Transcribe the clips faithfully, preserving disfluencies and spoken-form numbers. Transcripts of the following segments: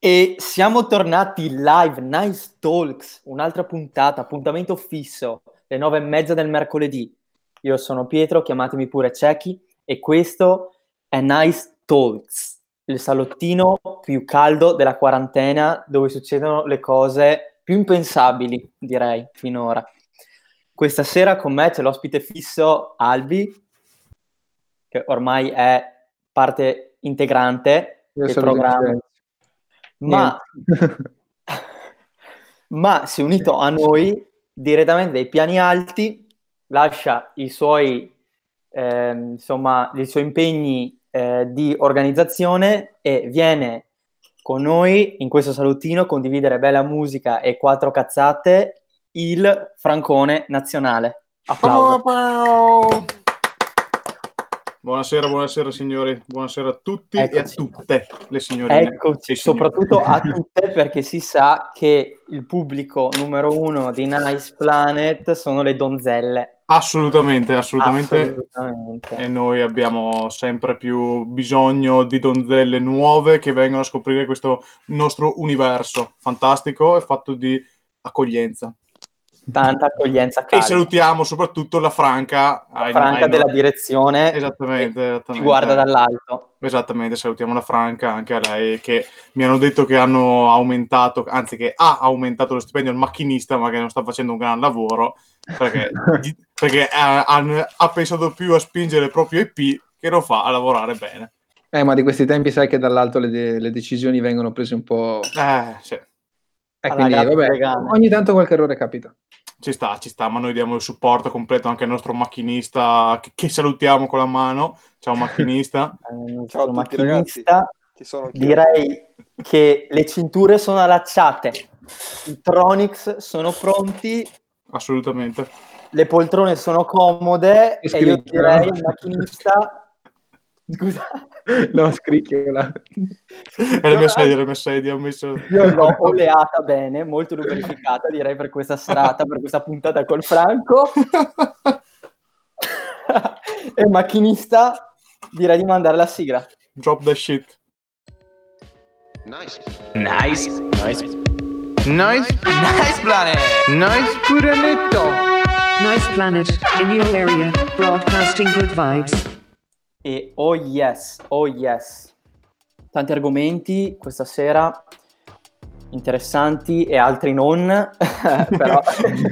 E siamo tornati live, Nice Talks, un'altra puntata, appuntamento fisso, le nove e mezza del mercoledì. Io sono Pietro, chiamatemi pure Cecchi, e questo è Nice Talks, il salottino più caldo della quarantena, dove succedono le cose più impensabili, direi, finora. Questa sera con me c'è l'ospite fisso Albi, che ormai è parte integrante Io del sono programma. Ma, ma si è unito a noi direttamente dai piani alti, lascia i suoi, eh, insomma, i suoi impegni eh, di organizzazione e viene con noi in questo salutino condividere bella musica e quattro cazzate, il Francone nazionale. Applauso. Buonasera, buonasera signori, buonasera a tutti. Eccoci. E a tutte le signorine. Eccoci, soprattutto a tutte, perché si sa che il pubblico numero uno di Nice Planet sono le donzelle. Assolutamente, assolutamente, assolutamente. E noi abbiamo sempre più bisogno di donzelle nuove che vengono a scoprire questo nostro universo fantastico e fatto di accoglienza. Tanta accoglienza calda. E salutiamo soprattutto la Franca. La Franca ai, della ai... direzione. Esattamente, esattamente. Ci guarda dall'alto. Esattamente, salutiamo la Franca, anche a lei, che mi hanno detto che hanno aumentato, anzi che ha aumentato lo stipendio al macchinista, ma che non sta facendo un gran lavoro, perché, perché ha, ha, ha pensato più a spingere il proprio E P che lo fa a lavorare bene. Eh, ma di questi tempi sai che dall'alto le, de- le decisioni vengono prese un po'... Eh, sì. E eh, quindi, vabbè, ogni tanto qualche errore capita. Ci sta, ci sta, ma noi diamo il supporto completo anche al nostro macchinista, che, che salutiamo con la mano. Ciao macchinista. Eh, ciao a tutti, macchinista. Ragazzi. Ci sono Direi che le cinture sono allacciate, i Tronics sono pronti. Assolutamente. Le poltrone sono comode e, e io direi il macchinista... Scusa. No, scricchiola. È la mia sedia, la mia sedia. Ho messo... Io l'ho oleata bene, molto lubrificata, direi, per questa serata, per questa puntata col Franco. E il macchinista, direi di mandare la sigla. Drop the shit. Nice. Nice. Nice. Nice. Nice Planet. Nice Puranetto. Nice Planet, in your area, broadcasting good vibes. E oh yes, oh yes, tanti argomenti questa sera, interessanti e altri non, però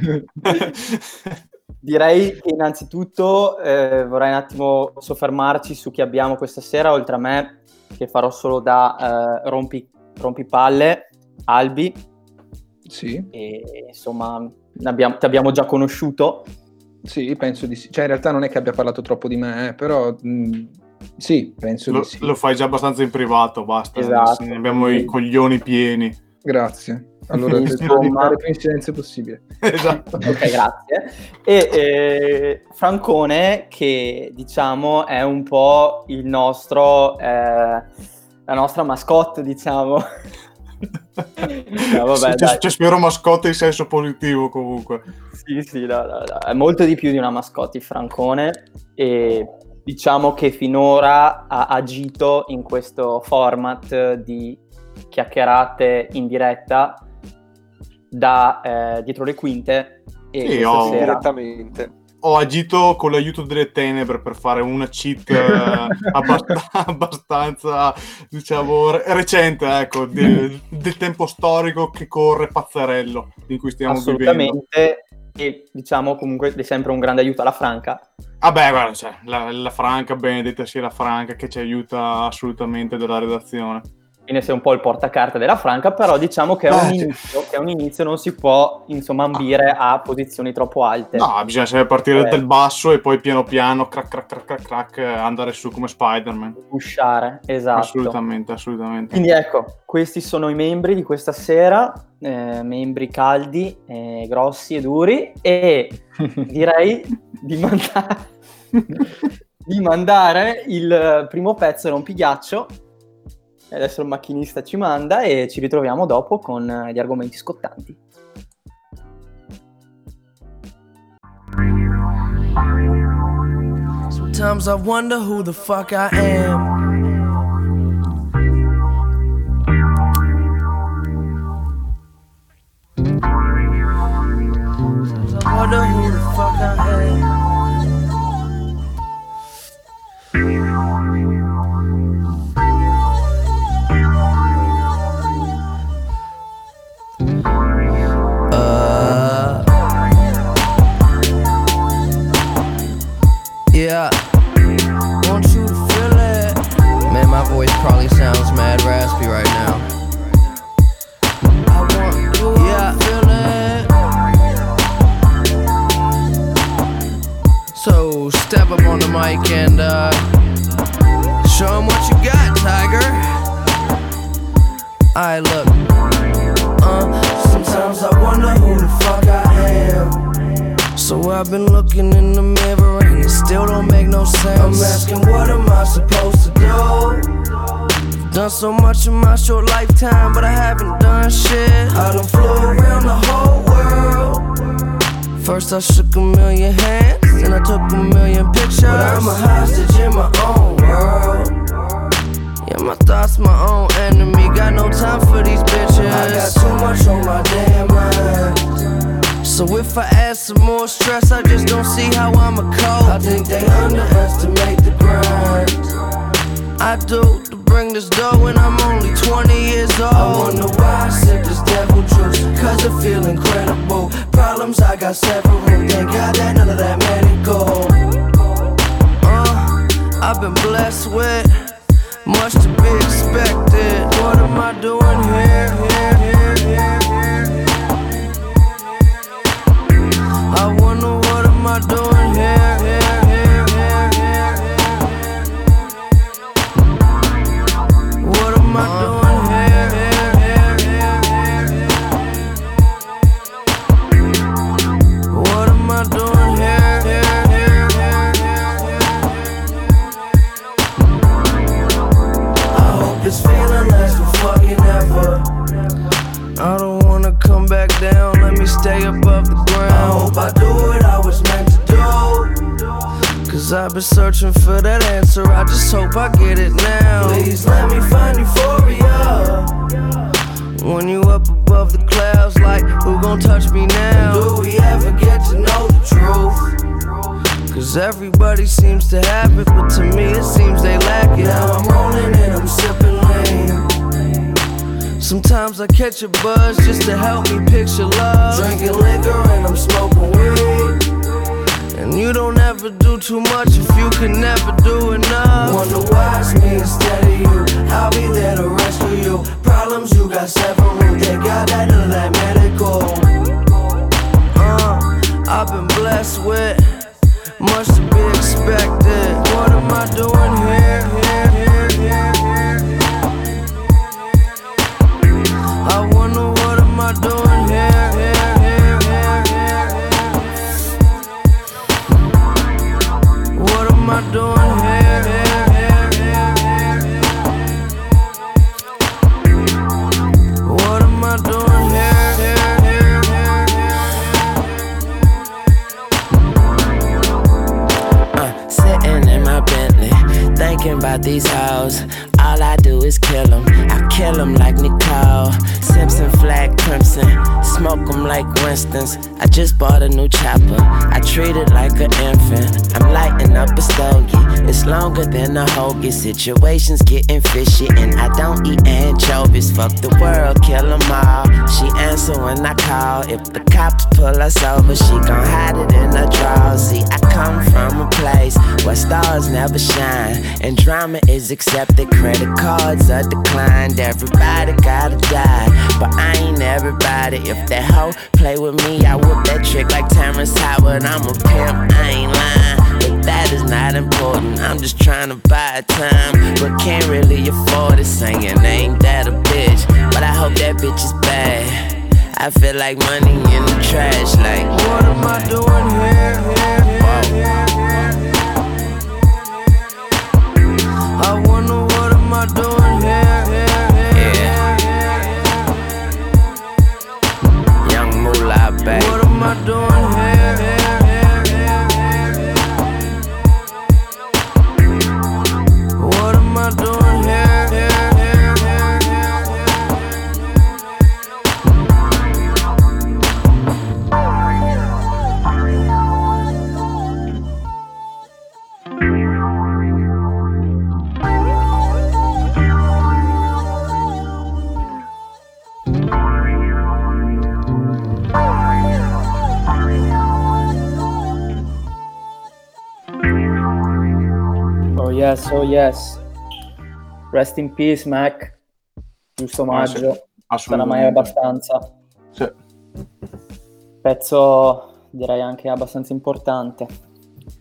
direi che innanzitutto eh, vorrei un attimo soffermarci su chi abbiamo questa sera, oltre a me, che farò solo da eh, rompi, rompipalle, Albi. Sì. E insomma, abbiamo, ti abbiamo già conosciuto. Sì, penso di sì. Cioè, in realtà non è che abbia parlato troppo di me, eh, però mh, sì, penso lo, di sì. Lo fai già abbastanza in privato, basta. Esatto. Ne abbiamo sì. I coglioni pieni. Grazie. Allora, cerco di fare più in silenzio possibile. Esatto. Ok, grazie. E eh, Francone, che diciamo è un po' il nostro, eh, la nostra mascotte, diciamo. No, vabbè, c'è, c'è spero mascotte in senso positivo comunque. Sì, sì, no, no, no. È molto di più di una mascotte il Francone, e diciamo che finora ha agito in questo format di chiacchierate in diretta da eh, dietro le quinte e sì, questa ho, sera direttamente ho agito con l'aiuto delle tenebre per fare una cheat eh, abbast- abbastanza, diciamo, re- recente, ecco, de- del tempo storico che corre pazzerello in cui stiamo assolutamente vivendo. E diciamo comunque è sempre un grande aiuto alla Franca. Ah beh, guarda, cioè, la, la Franca, benedetta sia la Franca, che ci aiuta assolutamente della redazione. Quindi sei un po' il portacarte della Franca, però diciamo che è un inizio, che è un inizio, non si può insomma ambire a posizioni troppo alte. No, bisogna sempre partire eh. dal basso e poi piano piano crack crack crack crack crack andare su come Spider-Man. Pushare, esatto. Assolutamente, assolutamente. Quindi ecco, questi sono i membri di questa sera, eh, membri caldi, eh, grossi e duri, e direi di mandare, di mandare il primo pezzo rompighiaccio. Adesso il macchinista ci manda e ci ritroviamo dopo con gli argomenti scottanti. Sometimes I wonder who the fuck I am. mic and uh, show 'em what you got, Tiger. Alright, look. Uh, sometimes I wonder who the fuck I am. So I've been looking in the mirror and it still don't make no sense. I'm asking, what am I supposed to do? Done so much in my short lifetime, but I haven't done shit. I done flew around the whole world. First I shook a million hands, then I took a million pictures. But I'm a hostage in my own world. Yeah, my thoughts my own enemy. Got no time for these bitches. I got too much on my damn mind. So if I add some more stress, I just don't see how I'ma cope. I think they underestimate the grind. I do to bring this dough when I'm only twenty years old. I wonder why I sip this devil juice, cause I feel incredible. Problems, I got several. Thank God that none of that medical. Uh, I've been blessed with much to be expected. What am I doing here, here, here, here, here? I wonder what am I doing here, here, here, here, here, here? What am I doing here, here, here, here, here? What am I doing here, here, here, here, here? I hope this feeling lasts for fucking ever. I don't wanna come back down, let me stay above the ground. I hope I do what I was meant to do, cause I've been searching for that answer, I just hope I get it now. Please let me find euphoria. When you up above the clouds, like who gon' touch me now? Do we ever get to know the truth? Cause everybody seems to have it, but to me it seems they lack it. Now I'm rolling and I'm sipping lean. Sometimes I catch a buzz just to help me picture love. Drinking liquor and I'm smoking weed. And you don't ever do too much if you can never do enough. Wonder why it's me instead of you. I'll be there to rescue you. Problems, you got several. Thank God that none of that medical. Uh, I've been blessed with much to be expected. What am I doing here, here, here, here, here? I wonder what am I doing here, here, here, here, here, here? What am I doing here, here, here, here, here? What am I doing here, here, here, here, here? Uh, sitting in my Bentley, thinking about these hoes. All I do is kill them, I kill them like Nicole Simpson, flag crimson, smoke them like Winston's. I just bought a new chopper, I treat it like an infant. I'm lighting up a stogie, it's longer than a hoagie. Situations getting fishy and I don't eat anchovies. Fuck the world, kill them all. She answer when I call. If the cops pull us over, she gon' hide it in her drawers. See, I come from a place where stars never shine and drama is accepted. Credit cards are declined. Everybody gotta die, but I ain't everybody. If that hoe play with me, I whip that trick like Terrence Howard. I'm a pimp, I ain't lying, but that is not important. I'm just trying to buy time, but can't really afford it. Saying ain't that a bitch, but I hope that bitch is bad. I feel like money in the trash. Like, what am I doing here, here, here, here, here? I wonder what am I doing here, here, here, yeah. Here? Young Moolah, baby. What am I doing here, here, here, here, here? What am I doing here, here, here, Yes, oh yes. Rest in peace, Mac. Giusto omaggio. Ah, sì, sarà mai abbastanza. Sì. Pezzo direi anche abbastanza importante.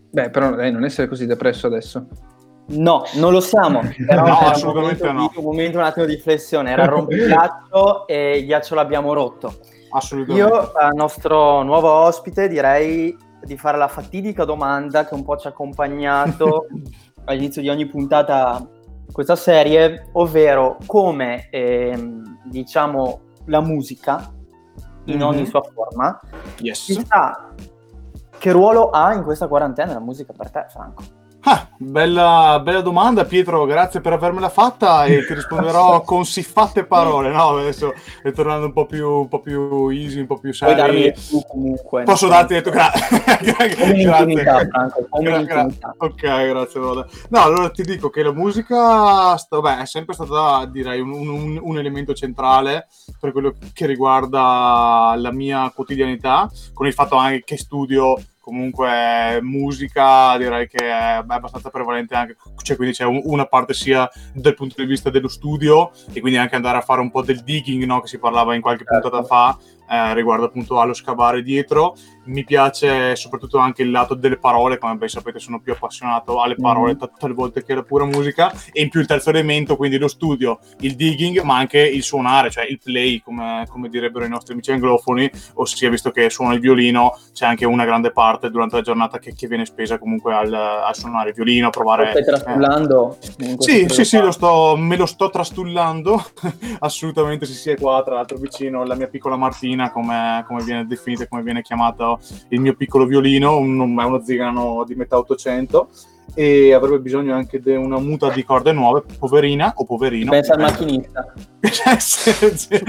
Beh, però dai, non essere così depresso adesso. No, non lo siamo, però No, era assolutamente un momento, no. di, un momento un attimo di flessione, era il rompighiaccio e il ghiaccio l'abbiamo rotto. Assolutamente. Io al nostro nuovo ospite direi di fare la fatidica domanda che un po' ci ha accompagnato all'inizio di ogni puntata questa serie, ovvero come ehm, diciamo la musica in Mhm. ogni sua forma, Yes. chissà che ruolo ha in questa quarantena la musica per te, Franco? Ah, bella, bella domanda, Pietro, grazie per avermela fatta e ti risponderò con siffatte parole. No, adesso è tornando un po' più, un po' più easy, un po' più Puoi darmi serio. tu comunque. Posso nel darti senso- detto gra- Come l'intimità, grazie. Franco, come Gra- l'intimità. gra- ok, grazie. Roda. No, allora ti dico che la musica sta- beh, è sempre stata, direi, un, un- un elemento centrale per quello che riguarda la mia quotidianità, con il fatto anche che studio comunque musica, direi che è abbastanza prevalente anche, cioè quindi c'è un- una parte sia dal punto di vista dello studio e quindi anche andare a fare un po' del digging, no, che si parlava in qualche Certo. puntata fa, eh, riguardo appunto allo scavare dietro. Mi piace soprattutto anche il lato delle parole, come ben sapete sono più appassionato alle parole Mhm. t- talvolta che alla pura musica, e in più il terzo elemento, quindi lo studio, il digging, ma anche il suonare, cioè il play, come, come direbbero i nostri amici anglofoni, ossia visto che suono il violino, c'è anche una grande parte durante la giornata che, che viene spesa comunque al, al suonare il violino, Lo provare... stai trastullando? in questo Sì, periodo sì, sì, qua? lo sto, me lo sto trastullando, assolutamente sì, sì, è qua tra l'altro vicino la mia piccola Martina, come, come viene definita, come viene chiamato il mio piccolo violino, un, è uno zigano di metà ottocento e avrebbe bisogno anche di una muta di corde nuove, poverina o poverino. Pensa al macchinista. Sì, sì,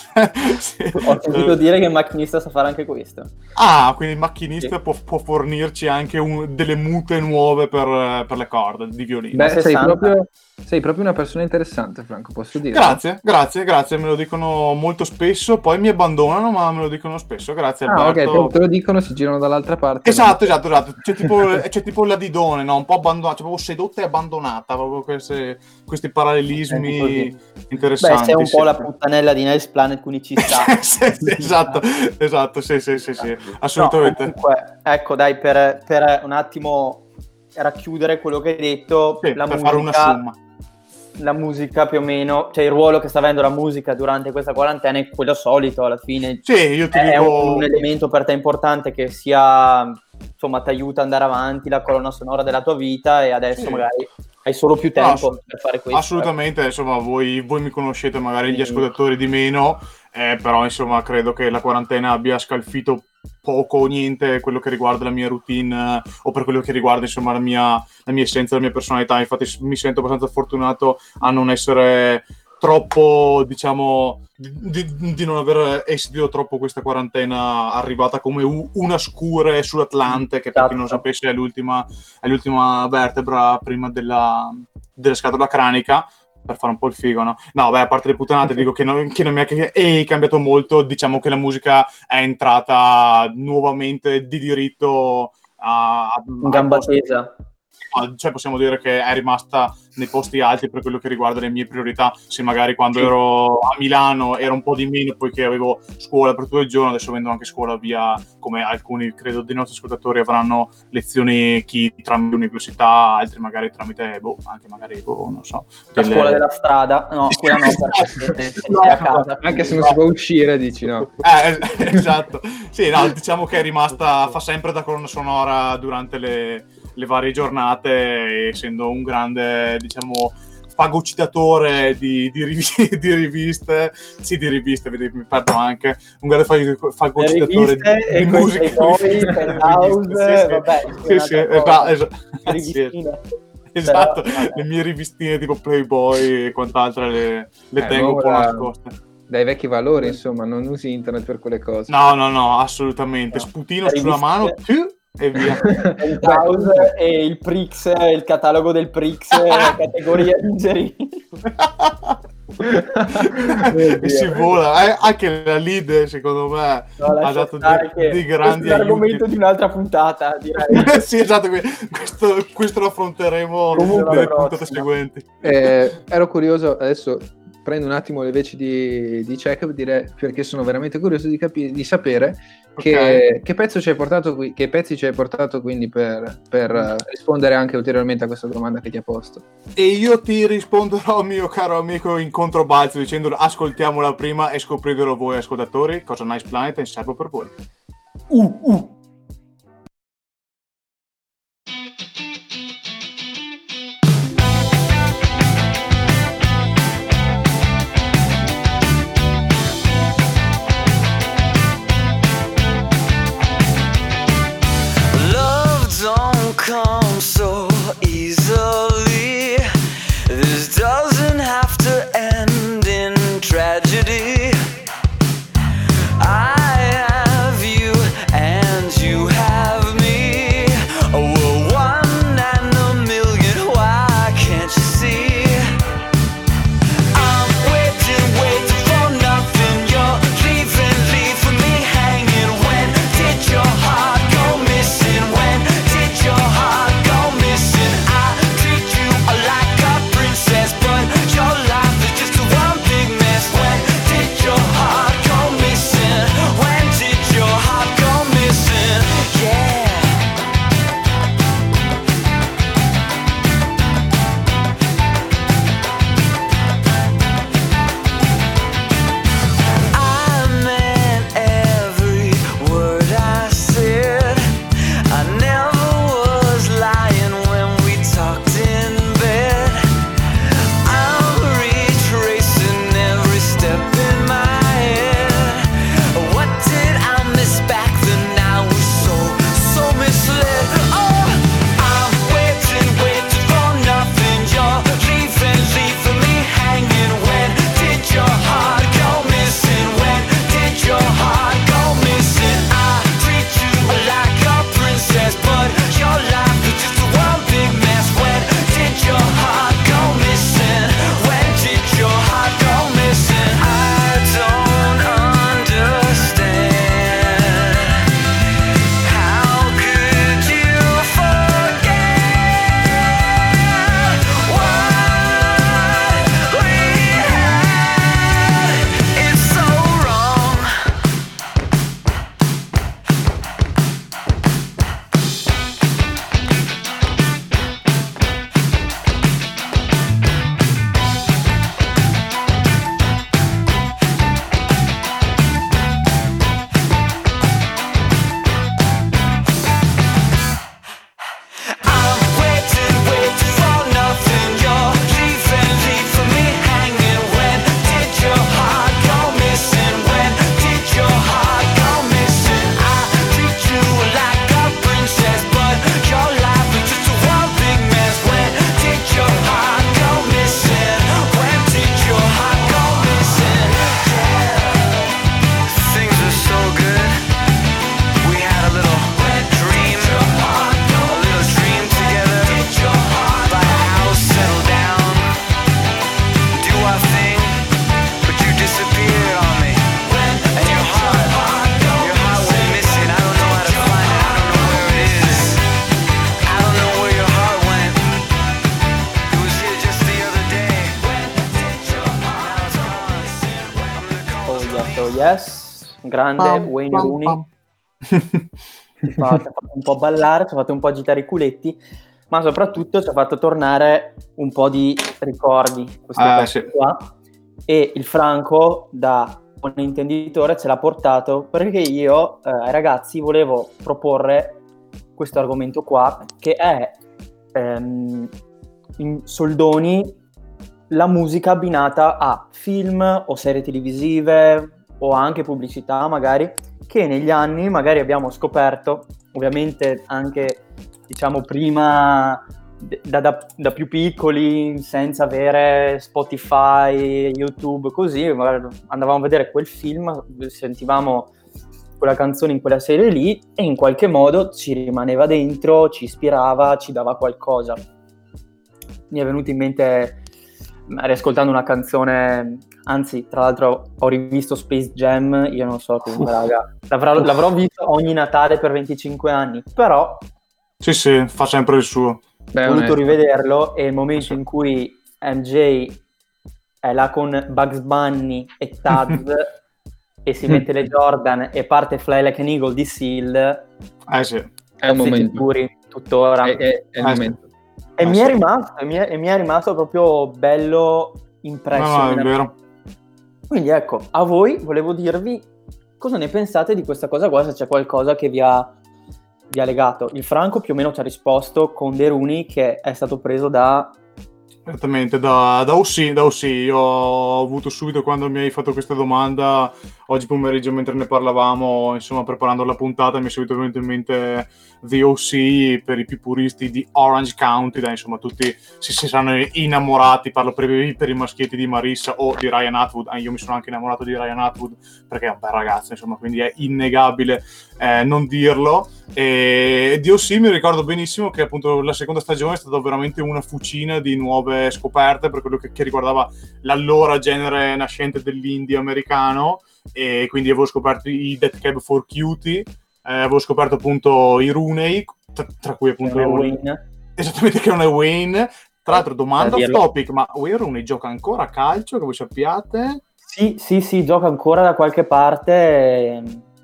sì. Ho sentito dire che il macchinista sa fare anche questo. Ah, quindi il macchinista Sì. può, può fornirci anche un- delle mute nuove per, per le corde di violino. Beh, sei sessanta. proprio, sei proprio una persona interessante, Franco, posso dire. Grazie, grazie, grazie, me lo dicono molto spesso, poi mi abbandonano, ma me lo dicono spesso, grazie Ah, ok, Alberto. te, te lo dicono, si girano dall'altra parte. Esatto, esatto, esatto, c'è tipo, c'è tipo la Didone, no? Un po' abbandonata, cioè proprio sedotta e abbandonata, proprio queste- questi parallelismi Così. interessanti. Beh, sei un sì. po' la puttanella di Nice Planet, quindi ci sta. Sì, sì, esatto, esatto, sì, sì, sì, sì, No, assolutamente. comunque, ecco, dai, per, per un attimo racchiudere quello che hai detto, Sì, la per fare una musica, somma. la musica più o meno, cioè il ruolo che sta avendo la musica durante questa quarantena è quello solito, alla fine Sì, io ti è dico... un elemento per te importante che sia, insomma, ti aiuta ad andare avanti, la colonna sonora della tua vita, e adesso Sì. magari hai solo più No, tempo assolut- per fare questo. Assolutamente, insomma, voi, voi mi conoscete, magari gli Sì. ascoltatori di meno, eh, però insomma credo che la quarantena abbia scalfito poco o niente quello che riguarda la mia routine, eh, o per quello che riguarda insomma la mia, la mia essenza, la mia personalità. Infatti s- mi sento abbastanza fortunato a non essere troppo, diciamo, di, di- di non aver esito troppo questa quarantena arrivata come u- una scure sull'Atlante, che per chi non lo Esatto. sapesse è l'ultima, è l'ultima vertebra prima della, della scatola cranica, per fare un po' il figo, no? No, beh, a parte le puttanate, dico che non, che non mi ha che- è cambiato molto, diciamo che la musica è entrata nuovamente di diritto a... a In gamba tesa. Cioè possiamo dire che è rimasta nei posti alti per quello che riguarda le mie priorità. Se magari quando Sì. ero a Milano era un po' di meno poiché avevo scuola per tutto il giorno, adesso avendo anche scuola via, come alcuni credo dei nostri ascoltatori avranno lezioni, chi tramite università, altri magari tramite boh, anche magari boh, non so, La delle- scuola della strada, no, quella no, perché sei- sei No, a casa. Anche se non si può uscire, dici no. Eh, es- esatto. Sì, no, diciamo che è rimasta, fa sempre da colonna sonora durante le, le varie giornate, essendo un grande, diciamo, fagocitatore di, di, rivi- di riviste, sì, di riviste, vedi, mi perdo anche, un grande fag- fagocitatore riviste di, e di quei- musica. e poi, Penthouse, Riviste, sì, sì. vabbè, Sì, sì, un'altra eh, cosa. no, es- Le sì, rivistine. esatto, Però, vabbè. le mie rivistine tipo Playboy e quant'altro le, le Eh, tengo un po' ora- nascoste. Dai vecchi valori, insomma, non usi internet per quelle cose. No, no, no, assolutamente. No. Sputino Le sulla mano riviste- più, e via. Penthouse e il Prix, il catalogo del Prix, la categoria di inseriti. E si vola. Eh, anche la lead, secondo me, No, ha lascia dato stare dei, che dei grandi questo è l'argomento aiuti. di un'altra puntata, direi. Sì, esatto, que- questo, questo lo affronteremo Comunque, nelle la puntate prossima. seguenti. Eh, ero curioso, adesso prendo un attimo le veci di, di Check per dire, perché sono veramente curioso di capire, di sapere che, Ok. che pezzo ci hai portato qui, che pezzi ci hai portato quindi per, per eh, rispondere anche ulteriormente a questa domanda che ti ha posto. E io ti risponderò, mio caro amico, in controbalzo dicendo ascoltiamola prima e scopritelo voi ascoltatori, cosa Nice Planet è in serbo per voi. Uh, uh. Love don't come so easily. This doesn't have to end in tragedy. I have you and you have me. Oh, we're one and a million. Why can't you see? I'm waiting, waiting for nothing. You're leaving, leaving me hanging. When did your heart go missing? When did your heart go missing? I treat you like a princess, but your life is just one big mess. When did your heart go missing? When did your heart go missing? Yeah. I meant every word I said. I never was lying when we talked in bed. I'm retracing every step in my head. What did I miss back then? I was so, so misled. Oh, I'm waiting, waiting for nothing. You're leaving, leaving me hanging. When did your heart go missing? When did your heart go missing? I treat you like a princess, but your life is just one big mess. When did your heart go missing? When did your heart go missing? I don't understand. How could you forget what we had? It's so wrong. I'm waiting, waiting for nothing. You're leaving, leaving me hanging. When did your heart go missing? When did your heart go missing? I treat you like a princess, but your life is just one big mess. When did your heart go missing? When did your heart go missing? Yeah. Things are so good. We had a little dream, a little dream together. Buy a house, settle down, do our thing. But you disappeared on me, and your heart, your heart went missing. I don't know how to find it. I don't know where it is. I don't know where your heart went. It was here just the other day. Now it's gone. I'm gonna call Oh yes, oh yes, grande Wayne Rooney. Ci ha ci ha fatto un po' ballare, ci ha fatto un po' agitare i culetti, ma soprattutto ci ha fatto tornare un po' di ricordi questo Ah, pezzo sì. qua. E il Franco, da buon intenditore, ce l'ha portato perché io eh, ai ragazzi volevo proporre questo argomento qua, che è ehm, in soldoni la musica abbinata a film o serie televisive o anche pubblicità magari, che negli anni magari abbiamo scoperto, ovviamente anche diciamo prima da, da, da più piccoli, senza avere Spotify, YouTube, così magari andavamo a vedere quel film, sentivamo quella canzone in quella serie lì e in qualche modo ci rimaneva dentro, ci ispirava, ci dava qualcosa. Mi è venuto in mente riascoltando una canzone, anzi tra l'altro ho rivisto Space Jam, io non so come, raga, l'avrò, l'avrò visto ogni Natale per venticinque anni, però Sì, sì, fa sempre il suo. Beh, ho voluto onesto. rivederlo e il momento in cui M J è là con Bugs Bunny e Taz e si mette le Jordan e parte Fly Like an Eagle di Seal, eh sì, è un momento puri, tuttora è, è, è il eh, momento e eh, mi sì. è rimasto e mi è, e mi è rimasto proprio bello impresso. No, no, è vero. Quindi ecco, a voi volevo dirvi cosa ne pensate di questa cosa qua, se c'è qualcosa che vi ha, vi ha legato. Il Franco più o meno ci ha risposto con De Rooney, che è stato preso da... Esattamente, da, da O C, da O C. Io ho avuto subito, quando mi hai fatto questa domanda, oggi pomeriggio mentre ne parlavamo, insomma, preparando la puntata, mi è subito venuto in mente The O C, per i più puristi di Orange County, dai, insomma, tutti si, si saranno innamorati, parlo per, per i maschietti di Marissa o di Ryan Atwood, ah, io mi sono anche innamorato di Ryan Atwood, perché è un bel ragazzo, insomma, quindi è innegabile eh, non dirlo. E di O C mi ricordo benissimo che appunto la seconda stagione è stata veramente una fucina di nuove scoperte per quello che, che riguardava l'allora genere nascente dell'indie americano, e quindi avevo scoperto i Death Cab for Cutie, eh, avevo scoperto appunto i Rooney, tra, tra cui appunto Wayne. Esattamente, che non è Wayne. Tra l'altro, domanda off dirlo. topic, ma Wayne Rooney gioca ancora a calcio, che voi sappiate? Sì, sì, sì, gioca ancora da qualche parte.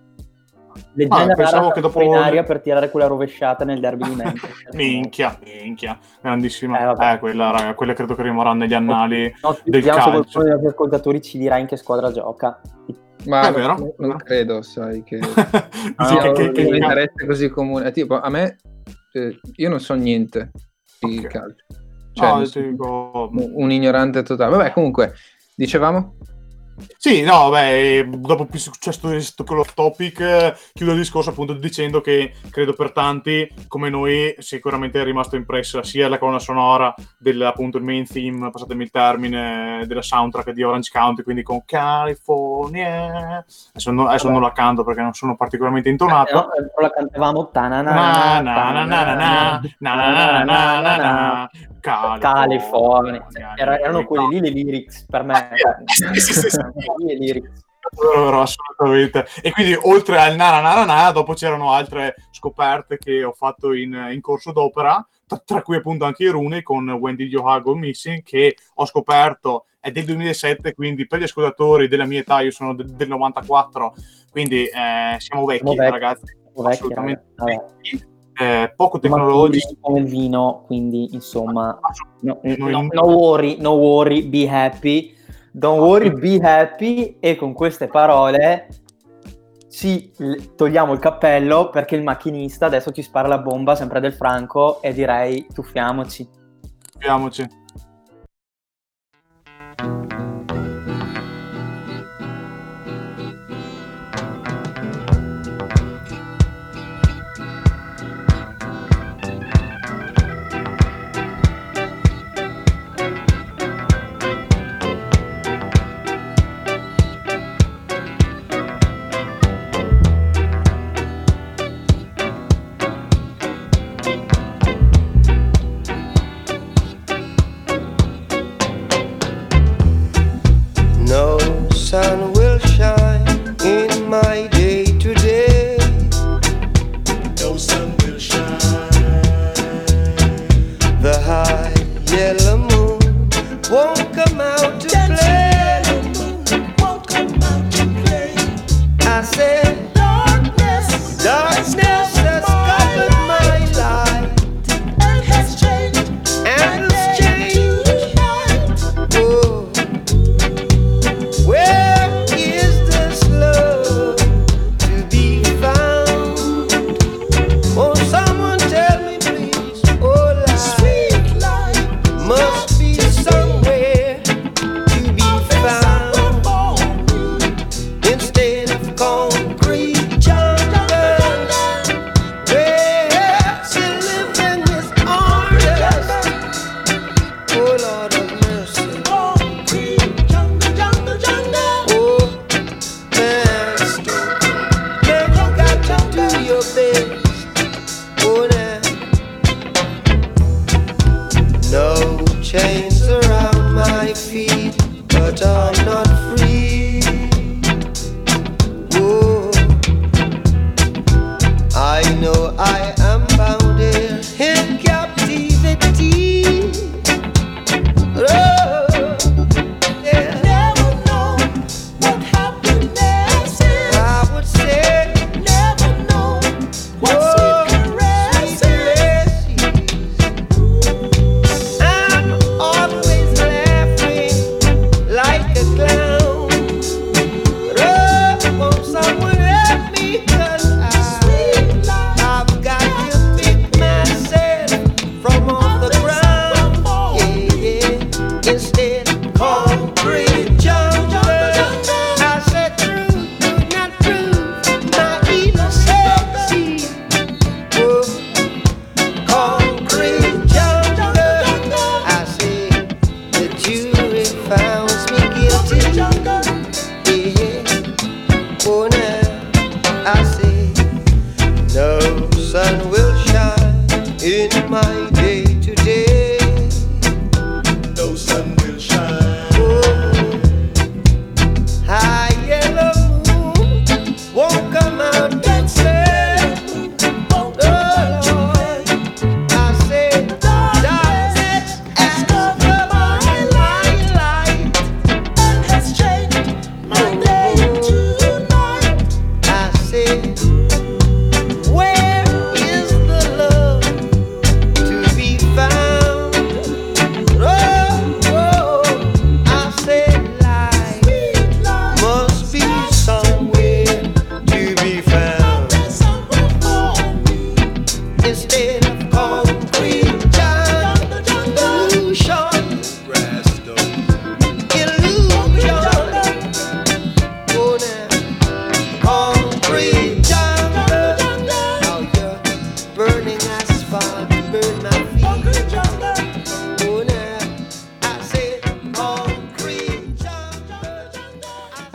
Leggenda Ah, pensavo rara che dopo- in aria per tirare quella rovesciata nel derby di Manchester. Minchia, minchia, grandissima. Eh, vabbè. Eh, quella, raga, quella credo che rimarrà negli annali No, del vediamo se calcio. qualcuno dei nostri ascoltatori ci dirà in che squadra gioca. ma È vero, non, è non vero. credo, sai, che Ah, Sì, no, che, che, che che- interesse così comune. Eh, tipo, a me eh, io non so niente di Ok. calcio, cioè no, non io so- ti dico- un un ignorante totale. Vabbè, comunque dicevamo Sì, no, beh, dopo più successo questo off topic, eh, chiudo il discorso appunto dicendo che credo per tanti come noi sicuramente è rimasto impressa sia la colonna sonora del appunto il main theme, passatemi il termine, della soundtrack di Orange County, quindi con California. Adesso, no- adesso non la canto perché non sono particolarmente intonato. No, però la cantavamo Na, na, na, na, na, na, na, na, na, na, na, California. Era- erano quelli lì le lyrics per me. Sì, sì, sì, sì. Lì le lyrics. Vero, vero, assolutamente. E quindi oltre al na na na na, dopo c'erano altre scoperte che ho fatto in, in corso d'opera, tra, tra cui appunto anche i Rooney con When Did Your Heart Go Missing, che ho scoperto è del duemilasette, quindi per gli ascoltatori della mia età, io sono de- del novantaquattro, quindi eh, siamo vecchi, Siamo vecchi, ragazzi, siamo vecchi, assolutamente raga. vecchi. Eh, poco Maturi tecnologici. come il vino, quindi insomma no, Noi- no, no worry, no worry, be happy, don't worry, be happy. E con queste parole ci l- togliamo il cappello, perché il macchinista adesso ci spara la bomba sempre del Franco, e direi tuffiamoci. Vediamoci. No sun will shine in my day today. No sun will shine. The high yellow moon won't come out to play. Won't come out to play. I said darkness, darkness has covered my life. And has changed, and has changed. Oh. Where is this love to be found? Oh, someone tell me please. Oh, life, sweet life, must be somewhere to be found. Instead of concrete jungles, where to live in this armless. Oh, Lord of mercy. Concrete jungle, jungle, jungle. Oh, master, man, you got to do your best. Oh, now. No chains around my feet, but I'm not free. Oh,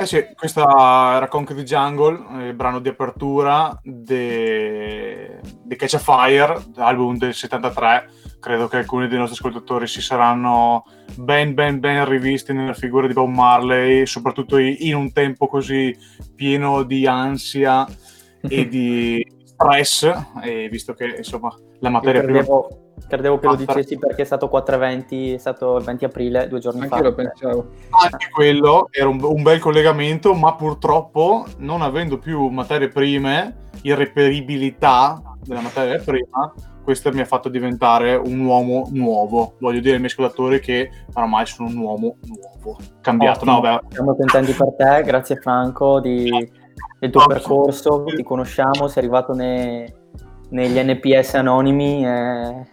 Eh sì, questa era Concrete Jungle, il brano di apertura di Catch a Fire, album del settantatré. Credo che alcuni dei nostri ascoltatori si saranno ben ben ben rivisti nella figura di Bob Marley, soprattutto in un tempo così pieno di ansia e di stress, e visto che insomma la materia Io credevo, prima... credevo che lo dicessi perché è stato quattro venti, è stato il venti aprile, due giorni Anche fa. io lo pensavo. Anche quello era un, un bel collegamento, ma purtroppo non avendo più materie prime, irreperibilità della materia prima, questo mi ha fatto diventare un uomo nuovo. Voglio dire ai miei ascoltatori che oramai sono un uomo nuovo, cambiato. No, beh. Siamo contenti per te, grazie Franco di, del tuo percorso, ti conosciamo, sei arrivato nei, negli N P S anonimi e...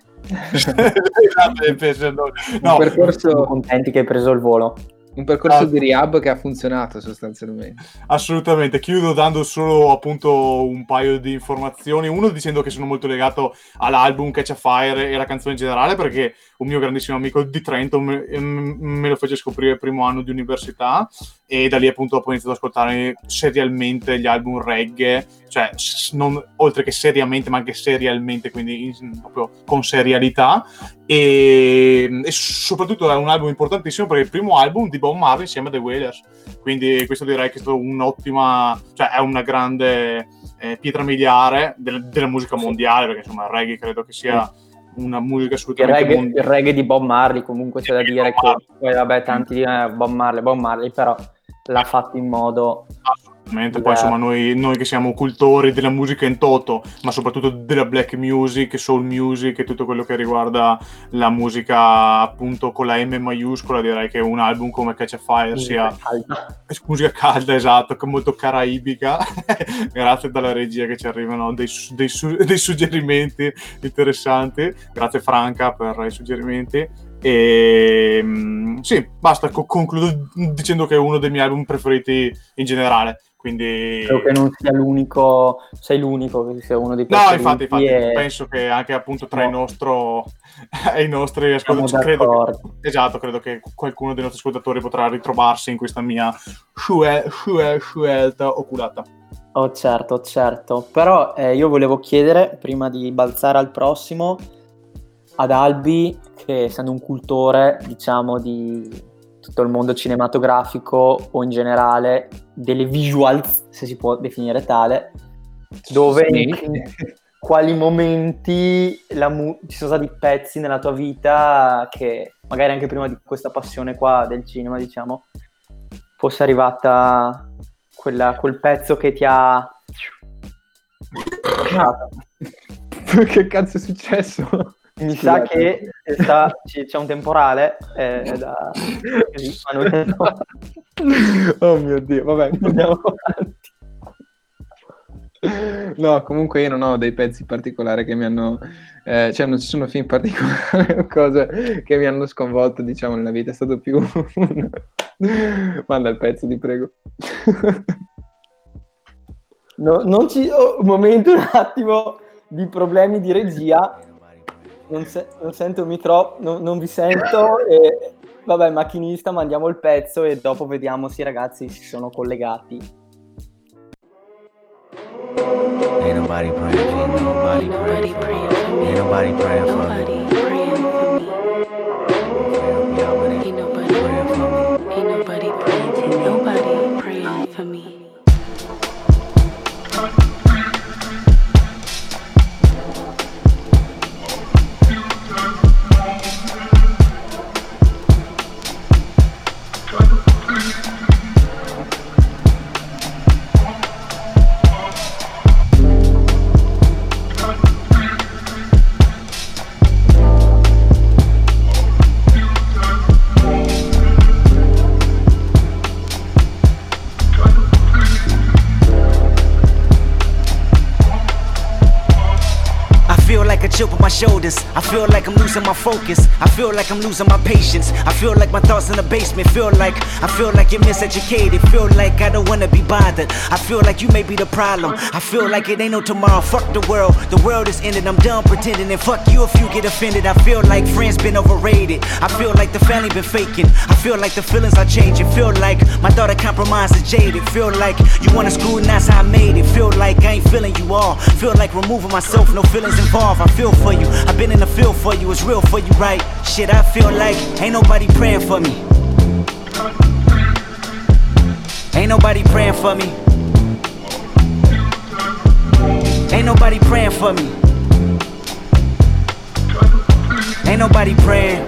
no, un percorso... Siamo contenti che hai preso il volo. Un percorso Ah. di rehab che ha funzionato sostanzialmente. Assolutamente, chiudo dando solo appunto un paio di informazioni. Uno dicendo che sono molto legato all'album Catch a Fire e alla canzone in generale, perché un mio grandissimo amico di Trento me, me lo fece scoprire il primo anno di università, e da lì appunto ho iniziato ad ascoltare serialmente gli album reggae, cioè non, oltre che seriamente ma anche serialmente, quindi in, proprio con serialità, e, e soprattutto è un album importantissimo perché è il primo album di Bob Marley insieme a The Wailers, quindi questo direi che è stato un'ottima, cioè è una grande eh, pietra miliare del, della musica mondiale, perché insomma il reggae credo che sia una musica Il assolutamente reggae, mondiale. il reggae di Bob Marley comunque c'è da Di dire Bob che Marley. poi vabbè tanti dicono eh, Bob Marley, Bob Marley, però l'ha fatto in modo Assolutamente, poi insomma noi, noi che siamo cultori della musica in toto, ma soprattutto della black music, soul music e tutto quello che riguarda la musica appunto con la M maiuscola, direi che un album come Catch a Fire sia calda. musica calda, esatto, che molto caraibica. Grazie dalla regia che ci arrivano dei, su- dei, su- dei suggerimenti interessanti, grazie Franca per i suggerimenti. E mm, sì, basta, co- concludo dicendo che è uno dei miei album preferiti in generale, quindi Credo che non sia l'unico, sei l'unico che sia uno dei no, preferiti infatti, infatti e penso che anche appunto tra No. i nostro i nostri siamo ascoltatori, credo d'accordo. che, esatto, credo che qualcuno dei nostri ascoltatori potrà ritrovarsi in questa mia scue- scue- scelta oculata. Oh certo, certo, però eh, io volevo chiedere, prima di balzare al prossimo, ad Albi, che essendo un cultore, diciamo, di tutto il mondo cinematografico o in generale delle visuals, se si può definire tale, dove Sì. in quali momenti la mu- ci sono stati pezzi nella tua vita che magari anche prima di questa passione qua del cinema, diciamo, fosse arrivata quella, quel pezzo che ti ha... Che cazzo è successo? Mi sa che sta, c- c'è un temporale eh, da... così, ma noi Oh mio Dio, vabbè. andiamo avanti. No, comunque io non ho dei pezzi particolari che mi hanno... Eh, cioè non ci sono film particolari o cose che mi hanno sconvolto, diciamo, nella vita. È stato più... un- Manda il pezzo, ti prego. No, non ci... oh, un momento, un attimo di problemi di regia. Non, se- non sento il micro, non, non vi sento. E... Vabbè, macchinista, mandiamo il pezzo e dopo vediamo se i ragazzi si sono collegati. Ain't nobody praying for me. Nobody praying for me. Ain't nobody praying for me. Ain't nobody praying for me. Ain't nobody praying for me. Ain't nobody praying for me. chip on my shoulders. I feel like I'm losing my focus. I feel like I'm losing my patience. I feel like my thoughts in the basement. Feel like, I feel like you're miseducated. Feel like I don't wanna be bothered. I feel like you may be the problem. I feel like it ain't no tomorrow. Fuck the world, the world is ended. I'm done pretending, and fuck you if you get offended. I feel like friends been overrated. I feel like the family been faking. I feel like the feelings are changing. Feel like my daughter compromised is jaded. Feel like you wanna screw and that's how I made it. Feel like I ain't feeling you all. Feel like removing myself, no feelings involved. I feel for you, I've been in the field for you. It's real for you, right? Shit, I feel like ain't nobody praying for me. Ain't nobody praying for me. Ain't nobody praying for me. Ain't nobody praying.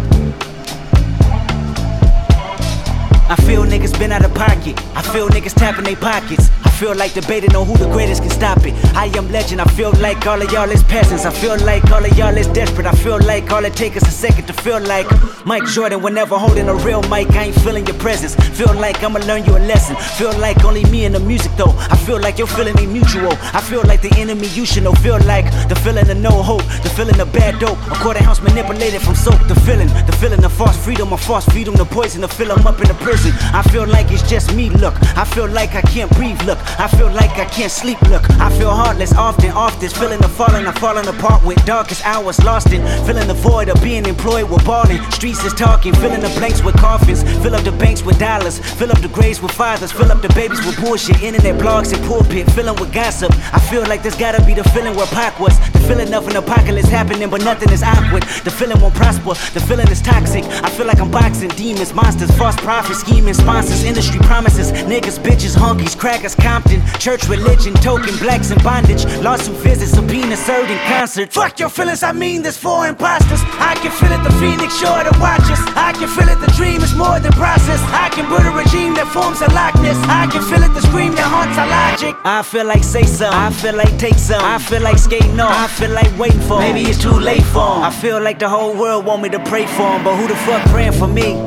I feel niggas been out of pocket. I feel niggas tapping their pockets. I feel like debating on who the greatest can stop it. I am legend. I feel like all of y'all is peasants. I feel like all of y'all is desperate. I feel like all it takes is a second to feel like Mike Jordan whenever holding a real mic. I ain't feeling your presence. Feel like I'ma learn you a lesson. Feel like only me and the music though. I feel like your feeling ain't mutual. I feel like the enemy you should know. Feel like the feeling of no hope. The feeling of bad dope. A quarter ounce manipulated from soap. The feeling, the feeling of false freedom. Or false freedom, the poison to fill them up in the prison. I feel like it's just me, look. I feel like I can't breathe, look. I feel like I can't sleep, look. I feel heartless often, off this. Feeling the falling, I'm falling apart with darkest hours lost in. Feeling the void of being employed with balling. Streets is talking, filling the blanks with coffins. Fill up the banks with dollars. Fill up the graves with fathers. Fill up the babies with bullshit. Internet blogs and pulpit, filling with gossip. I feel like this gotta be the feeling where Pac was. The feeling of an apocalypse happening, but nothing is awkward. The feeling won't prosper, the feeling is toxic. I feel like I'm boxing demons, monsters, false prophets, scheming sponsors, industry promises, niggas, bitches, honkies, crackers, Compton, church, religion, token, blacks in bondage, lawsuit visits, subpoena served in concert. Fuck your feelings, I mean this for imposters. I can feel it, the phoenix sure to watch us. I can feel it, the dream is more than process. I can build a regime that forms a likeness. I can feel it, the scream that haunts our logic. I feel like say some, I feel like take some. I feel like skating off, I feel like waiting for 'em. Maybe it's too late for 'em. I feel like the whole world want me to pray for 'em, but who the fuck praying for me?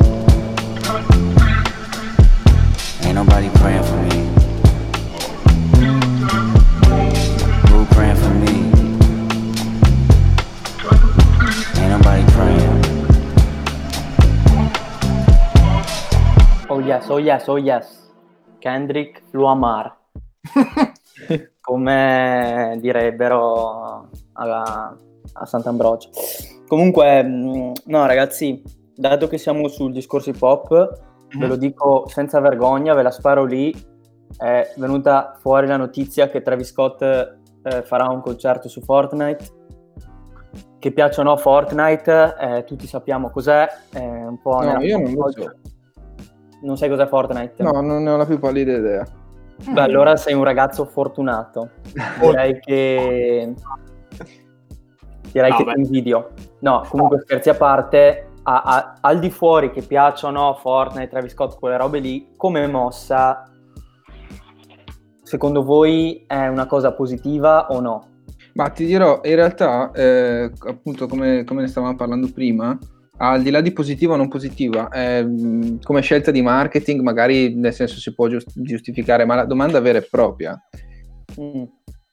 Ain't nobody praying for me. Who praying for me? Ain't nobody praying. Oh yes, oh yes, oh yes. Kendrick Lamar. Come direbbero a, a Sant'Ambrogio. Comunque, no ragazzi, dato che siamo sul discorso hip hop, ve lo dico senza vergogna, ve la sparo lì, è venuta fuori la notizia che Travis Scott eh, farà un concerto su Fortnite. Che piaccia o no Fortnite, eh, tutti sappiamo cos'è, è un po'... No, io non lo so. Non sai cos'è Fortnite? No, non ne ho la più pallida idea. Beh, allora sei un ragazzo fortunato. Direi che... Direi no, che beh. ti invidio. No, comunque scherzi a parte... A, a, al di fuori che piacciono Fortnite, Travis Scott, quelle robe lì, come mossa, secondo voi è una cosa positiva o no? Ma ti dirò, in realtà, eh, appunto come, come ne stavamo parlando prima, al di là di positiva o non positiva, eh, come scelta di marketing magari nel senso si può giust- giustificare, ma la domanda vera e propria, Mm.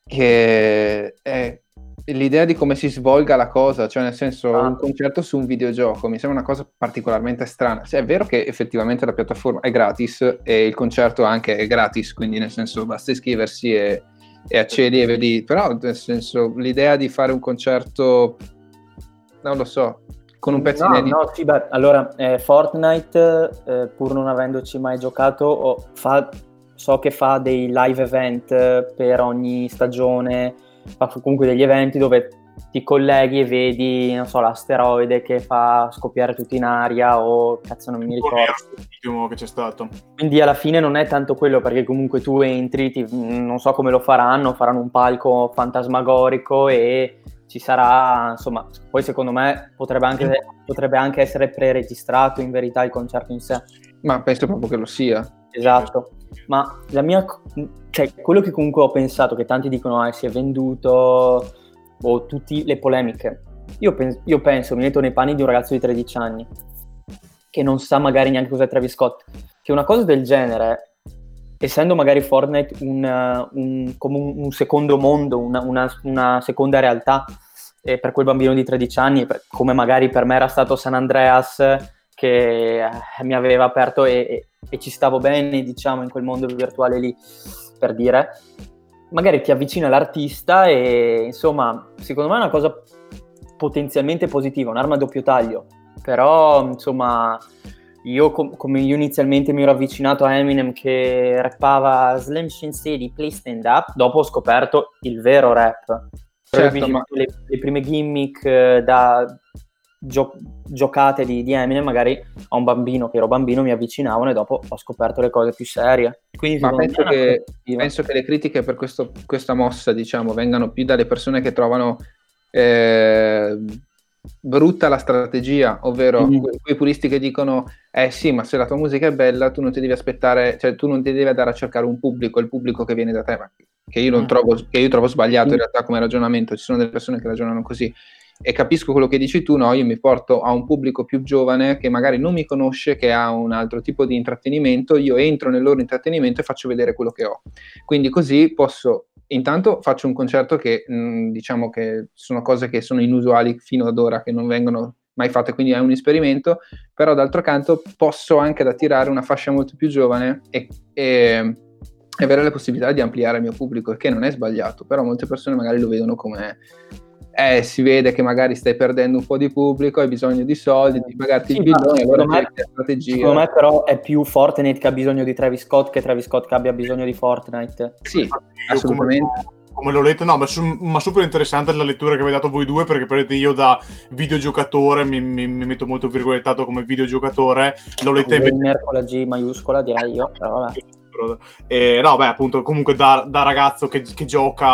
che è l'idea di come si svolga la cosa, cioè nel senso Ah. un concerto su un videogioco mi sembra una cosa particolarmente strana. Cioè, è vero che effettivamente la piattaforma è gratis e il concerto anche è gratis, quindi nel senso basta iscriversi e, e accedi e vedi, però nel senso l'idea di fare un concerto, non lo so, con un pezzo No, inedito. no, sì, beh, allora eh, Fortnite, eh, pur non avendoci mai giocato, oh, fa, so che fa dei live event eh, per ogni stagione, fa comunque degli eventi dove ti colleghi e vedi, non so, l'asteroide che fa scoppiare tutto in aria o cazzo non mi ricordo. L'ultimo che c'è stato. Quindi alla fine non è tanto quello, perché comunque tu entri, ti, non so come lo faranno, faranno un palco fantasmagorico e ci sarà, insomma, poi secondo me potrebbe anche, potrebbe anche essere pre-registrato in verità il concerto in sé. Ma penso proprio che lo sia. Esatto, ma la mia, cioè quello che comunque ho pensato, che tanti dicono eh, si è venduto, o tutte le polemiche, io, pens- io penso, mi metto nei panni di un ragazzo di tredici anni che non sa magari neanche cos'è Travis Scott, che una cosa del genere, essendo magari Fortnite un, un, come un, un secondo mondo, una, una, una seconda realtà, e per quel bambino di tredici anni, per- come magari per me era stato San Andreas, che eh, mi aveva aperto e, e- e ci stavo bene, diciamo, in quel mondo virtuale lì, per dire. Magari ti avvicina all'artista e, insomma, secondo me è una cosa potenzialmente positiva, un'arma a doppio taglio. Però, insomma, io com- come io inizialmente mi ero avvicinato a Eminem che rappava Slim Shin City, please stand up, dopo ho scoperto il vero rap. Certo, Però ma- le, le prime gimmick eh, da gio- giocate di, di Eminem, magari a un bambino che ero bambino mi avvicinavano e dopo ho scoperto le cose più serie. Quindi Ma secondo penso me è una che, cosa positiva. penso che le critiche per questo- questa mossa, diciamo, vengano più dalle persone che trovano eh, brutta la strategia, ovvero Mm. que- quei puristi che dicono eh sì, ma se la tua musica è bella tu non ti devi aspettare, cioè tu non ti devi andare a cercare un pubblico, il pubblico che viene da te, ma che io non Mm. trovo, che io trovo sbagliato Mm. in realtà come ragionamento. Ci sono delle persone che ragionano così e capisco quello che dici tu, no? Io mi porto a un pubblico più giovane che magari non mi conosce, che ha un altro tipo di intrattenimento, io entro nel loro intrattenimento e faccio vedere quello che ho. Quindi così posso, intanto faccio un concerto che mh, diciamo che sono cose che sono inusuali fino ad ora, che non vengono mai fatte, quindi è un esperimento, però d'altro canto posso anche attirare una fascia molto più giovane e, e, e avere la possibilità di ampliare il mio pubblico, il che non è sbagliato, però molte persone magari lo vedono come eh, si vede che magari stai perdendo un po' di pubblico, hai bisogno di soldi, di pagarti Sì, il ma bidone, allora secondo me- cerchi la strategia. Secondo me però è più Fortnite che ha bisogno di Travis Scott che Travis Scott che abbia bisogno di Fortnite. Sì, Io assolutamente. Come, come l'ho letto, no, ma, su- ma super interessante la lettura che avete dato voi due, perché per io da videogiocatore mi, mi, mi metto molto virgolettato come videogiocatore, l'ho letta invece Gamer con la G maiuscola direi io, però vabbè. Eh, no, beh, appunto, comunque da, da ragazzo che, che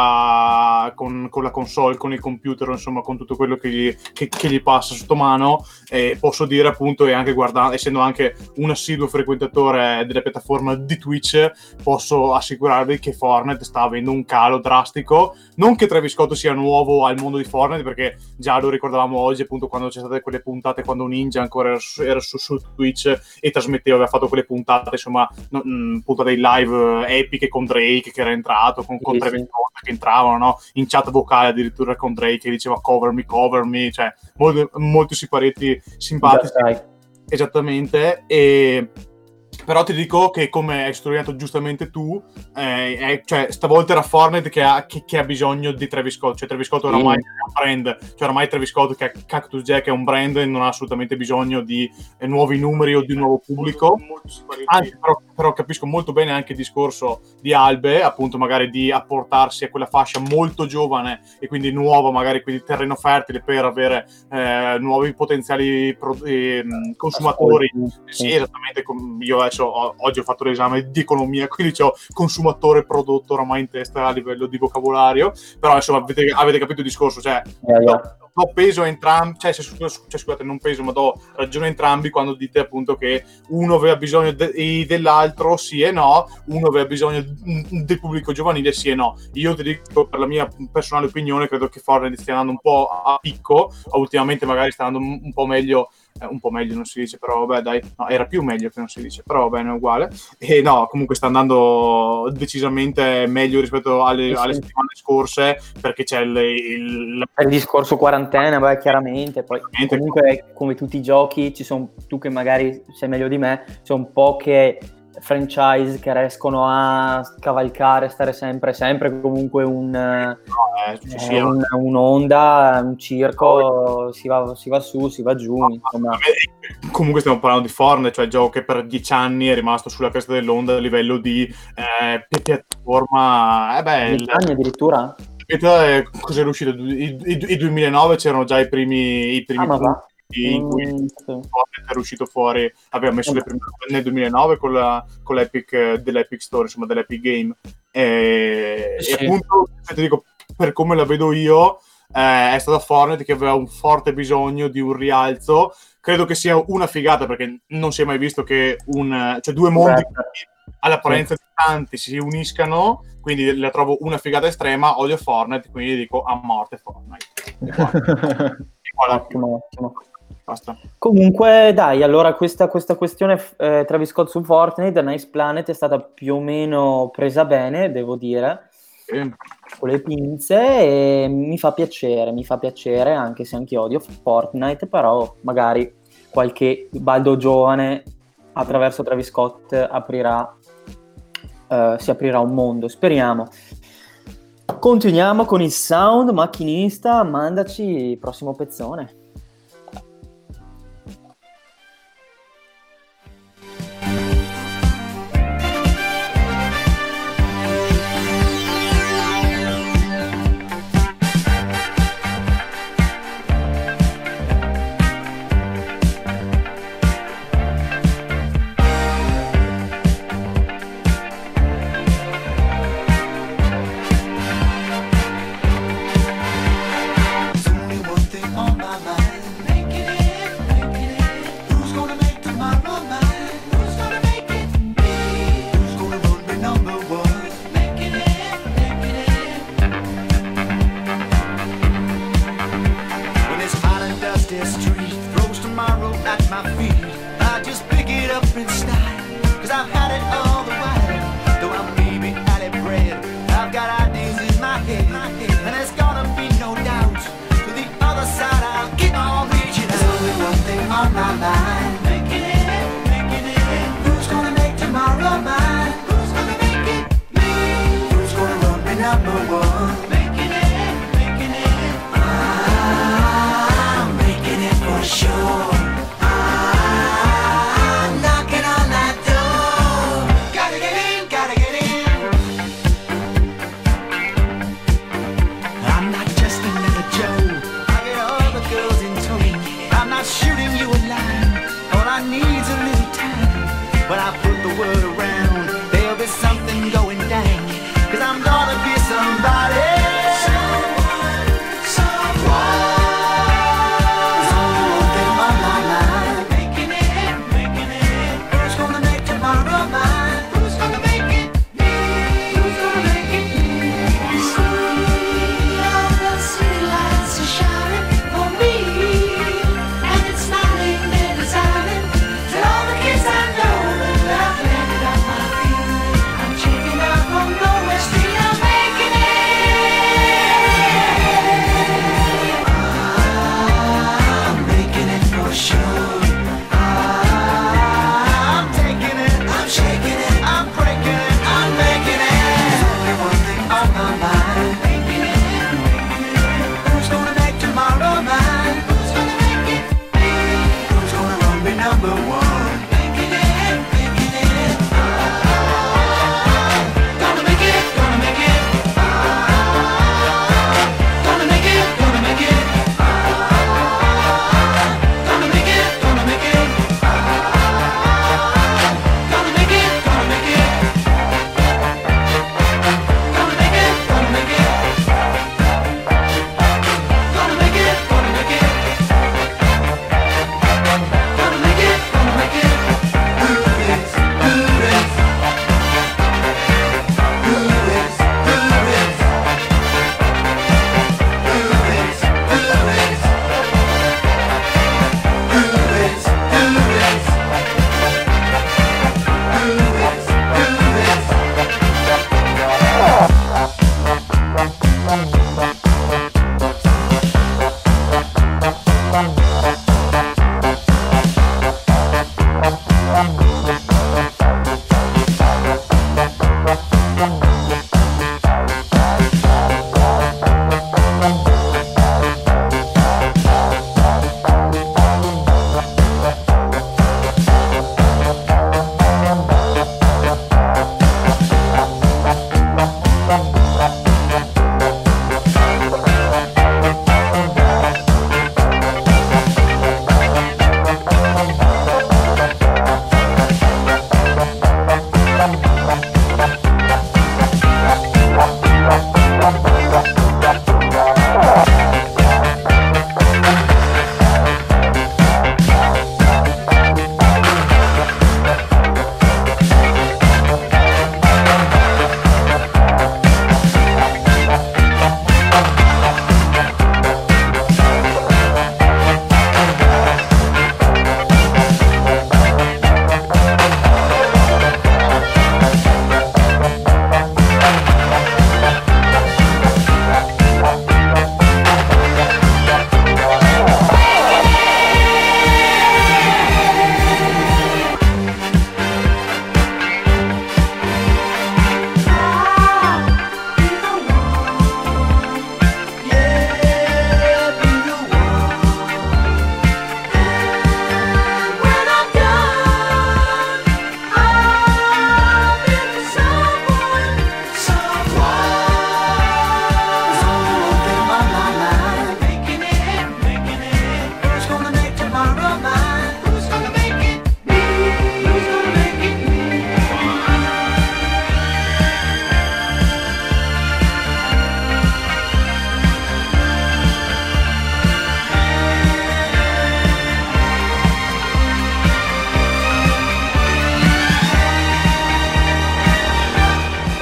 gioca con, con la console, con il computer, insomma, con tutto quello che gli, che, che gli passa sotto mano, eh, posso dire appunto, e anche guardando, essendo anche un assiduo frequentatore delle piattaforme di Twitch, posso assicurarvi che Fortnite sta avendo un calo drastico. Non che Travis Scott sia nuovo al mondo di Fortnite, perché già lo ricordavamo oggi, appunto, quando c'è state quelle puntate, quando Ninja ancora era su, era su, su Twitch e trasmetteva, aveva fatto quelle puntate, insomma, no, mh, puntate live epiche con Drake che era entrato, con, con Sì, Travis sì. Scott che entravano, no? In chat vocale addirittura con Drake che diceva cover me, cover me, cioè molti, molti siparetti simpatici. Già sai. Esattamente, e però ti dico che, come hai sottolineato giustamente tu, eh, è, cioè stavolta era Fortnite che ha, che, che ha bisogno di Travis Scott, cioè Travis Scott oramai Sì. è un brand, cioè oramai Travis Scott che è Cactus Jack è un brand e non ha assolutamente bisogno di eh, nuovi numeri o di un nuovo pubblico. Anzi, però, però capisco molto bene anche il discorso di Albe, appunto magari di apportarsi a quella fascia molto giovane e quindi nuova, magari quindi terreno fertile per avere eh, nuovi potenziali pro- eh, consumatori. Sì, esattamente. com- Io adesso ho- oggi ho fatto l'esame di economia, quindi ho consumatore prodotto oramai in testa a livello di vocabolario, però insomma avete, avete capito il discorso, cioè Yeah, yeah. do, do peso a entrambi, cioè, se, cioè scusate, non peso, ma do ragione a entrambi quando dite appunto che uno aveva bisogno de- dell'altro, sì e no, uno aveva bisogno del pubblico giovanile, sì e no. Io ti dico, per la mia personale opinione, credo che Fortnite stia andando un po' a picco, ultimamente magari sta andando un, un po' meglio, eh, un po' meglio non si dice, però vabbè dai, no, era più meglio che non si dice, però va bene, è uguale, e no, comunque sta andando decisamente meglio rispetto alle, Sì, sì. alle settimane scorse, perché c'è il, il, Per il discorso quarantena, beh, chiaramente, poi Chiaramente. comunque come tutti i giochi ci sono, tu che magari sei meglio di me, ci sono poche franchise che riescono a cavalcare, stare sempre, sempre comunque un, eh, ci eh, sia. un- un'onda, un circo, si va, si va su, si va giù, insomma. Comunque stiamo parlando di Fortnite, cioè gioco che per dieci anni è rimasto sulla cresta dell'onda a livello di eh, piattaforma. Eh beh, dieci anni addirittura? il, cos'era uscito? Il, il, il duemilanove c'erano già i primi, i primi Ah, ma va. in cui Mm, sì. Fortnite era uscito fuori, aveva messo le prime nel duemilanove con, la, con l'Epic eh, dell'Epic Store, insomma dell'Epic Game, e, Sì. e appunto ti dico, per come la vedo io, eh, è stata Fortnite che aveva un forte bisogno di un rialzo. Credo che sia una figata, perché non si è mai visto che un, cioè due mondi Beh, all'apparenza distanti si uniscano, quindi la trovo una figata estrema. Odio Fortnite, quindi dico a morte Fortnite. E qua- e qua la chiudo. ottimo, ottimo. Basta. Comunque, dai, allora questa, questa questione eh, Travis Scott su Fortnite, da Nice Planet è stata più o meno presa bene, devo dire. Sì. con le pinze, e mi fa piacere, mi fa piacere, anche se anche odio Fortnite, però magari qualche baldo giovane attraverso Travis Scott aprirà, uh, si aprirà un mondo, speriamo. Continuiamo con il sound, macchinista, mandaci il prossimo pezzone. On my mind.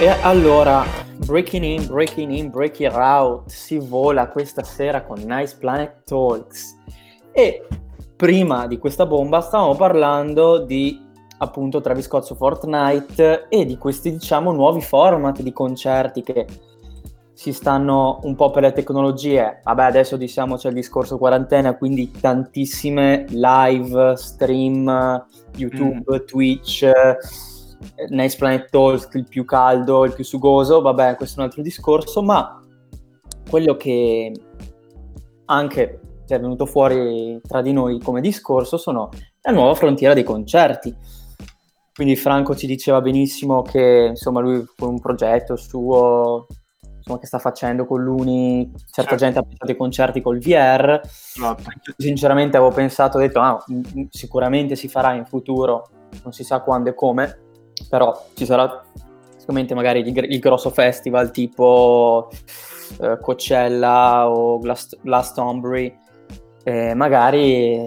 E allora, breaking in, breaking in, breaking out, si vola questa sera con Nice Planet Talks. E prima di questa bomba stavamo parlando di appunto Travis Scott su Fortnite e di questi, diciamo, nuovi format di concerti che si stanno un po' per le tecnologie. Vabbè, adesso diciamo c'è il discorso quarantena, quindi tantissime live, stream, YouTube, mm. Twitch, Nice Planet Talks, il più caldo, il più sugoso, vabbè, questo è un altro discorso, ma quello che anche è venuto fuori tra di noi come discorso sono la nuova frontiera dei concerti. Quindi Franco ci diceva benissimo che insomma lui con un progetto suo, insomma, che sta facendo con l'Uni, certa certo. gente ha pensato ai concerti col V R. Esatto. Io sinceramente avevo pensato, ho detto ah, sicuramente si farà in futuro, non si sa quando e come, però ci sarà sicuramente magari il, il grosso festival tipo eh, Coachella o Glast- Glastonbury, eh, magari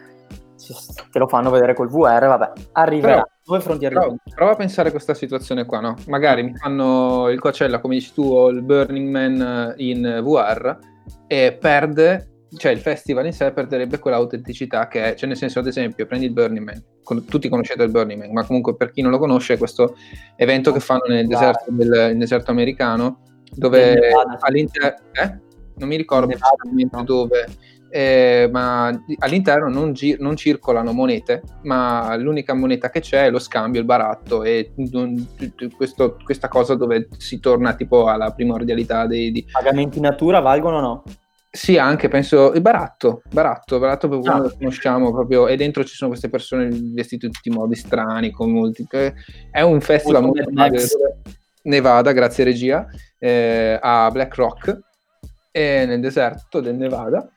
te lo fanno vedere col V R, vabbè, arriverà. Però, due frontiere. Però, prova a pensare a questa situazione qua, no? Magari mi fanno il Coachella, come dici tu, o il Burning Man in V R e perde, cioè il festival in sé perderebbe quell'autenticità che è, cioè nel senso, ad esempio, prendi il Burning Man, con, tutti conoscete il Burning Man, ma comunque per chi non lo conosce è questo evento che fanno nel deserto, del, nel deserto americano, dove all'interno, eh? non mi ricordo esattamente dove, eh, ma all'interno non, gi- non circolano monete, ma l'unica moneta che c'è è lo scambio, il baratto, e non, questo, questa cosa dove si torna tipo alla primordialità dei... Di... Pagamenti in natura valgono o no? Sì, anche penso il baratto, baratto, baratto per uno lo conosciamo proprio, e dentro ci sono queste persone vestite in tutti i modi strani, con molti... È un festival molto, molto Nevada, grazie regia, eh, a Black Rock, e nel deserto del Nevada,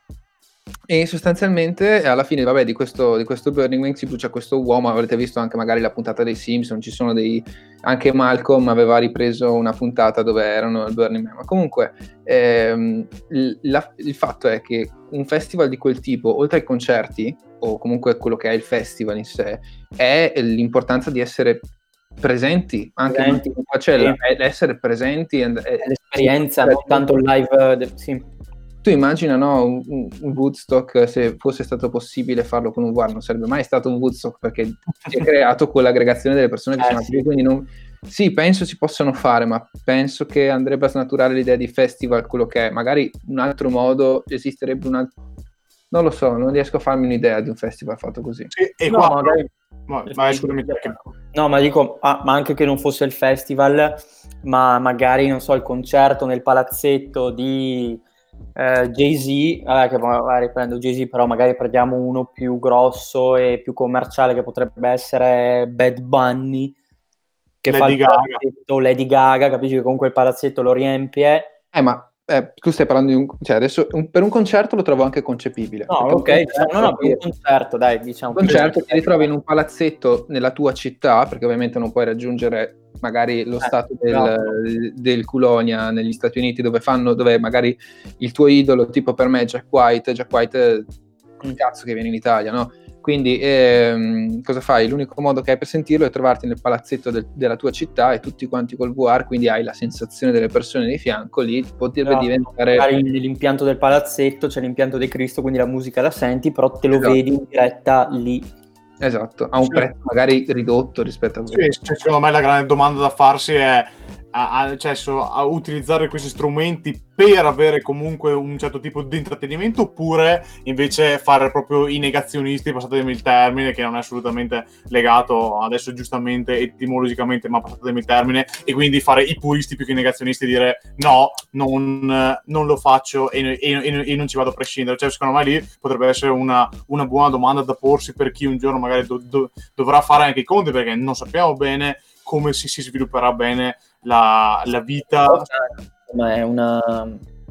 e sostanzialmente alla fine, vabbè, di questo, di questo Burning Man si brucia questo uomo. Avrete visto anche magari la puntata dei Simpson, ci sono dei, anche Malcolm aveva ripreso una puntata dove erano al Burning Man, ma comunque ehm, la, il fatto è che un festival di quel tipo, oltre ai concerti o comunque quello che è il festival in sé, è l'importanza di essere presenti anche presenti. in Coachella, sì. è essere presenti, and, è, l'esperienza, non tanto il live, de- sì. Tu immagina, no, un, un Woodstock, se fosse stato possibile farlo con un V R, non sarebbe mai stato un Woodstock, perché si è creato quell'aggregazione delle persone che eh, sono sì. quindi non... Sì, penso si possano fare, ma penso che andrebbe a snaturare l'idea di festival, quello che è. Magari un altro modo, esisterebbe un altro... Non lo so, non riesco a farmi un'idea di un festival fatto così. Sì, e no, qua... magari... No, ma scusami, no, ma dico, ah, ma anche che non fosse il festival, ma magari, non so, il concerto nel palazzetto di... Uh, Jay-Z, eh, che magari prendo Jay-Z, però magari prendiamo uno più grosso e più commerciale che potrebbe essere Bad Bunny, che Lady fa il Gaga. palazzetto, Lady Gaga, capisci che comunque il palazzetto lo riempie. Eh, ma eh, tu stai parlando di un... Cioè adesso un, per un concerto lo trovo anche concepibile. No, ok, diciamo, no, no, per un concerto, dai, diciamo. Un concerto ti ritrovi in un palazzetto nella tua città, perché ovviamente non puoi raggiungere magari lo eh, stato del, no. del Culonia negli Stati Uniti, dove fanno, dove magari il tuo idolo, tipo per me Jack White, Jack White, un cazzo che viene in Italia, no? Quindi ehm, cosa fai? L'unico modo che hai per sentirlo è trovarti nel palazzetto del, della tua città e tutti quanti col V R, quindi hai la sensazione delle persone di fianco lì, potrebbe no, diventare... Magari nell'impianto del palazzetto c'è l'impianto di Cristo, quindi la musica la senti, però te lo esatto. vedi in diretta lì. Esatto, a un sì. prezzo magari ridotto rispetto a quello. Sì, cioè, secondo me la grande domanda da farsi è a, a, cioè, so, a utilizzare questi strumenti per avere comunque un certo tipo di intrattenimento, oppure invece fare proprio i negazionisti, passatemi il termine, che non è assolutamente legato adesso giustamente etimologicamente, ma passatemi il termine, e quindi fare i puristi più che i negazionisti e dire no, non, non lo faccio e, e, e, e non ci vado a prescindere. Cioè, secondo me lì potrebbe essere una, una buona domanda da porsi per chi un giorno magari do, do, dovrà fare anche i conti, perché non sappiamo bene come si, si svilupperà bene la, la vita. Ma è una,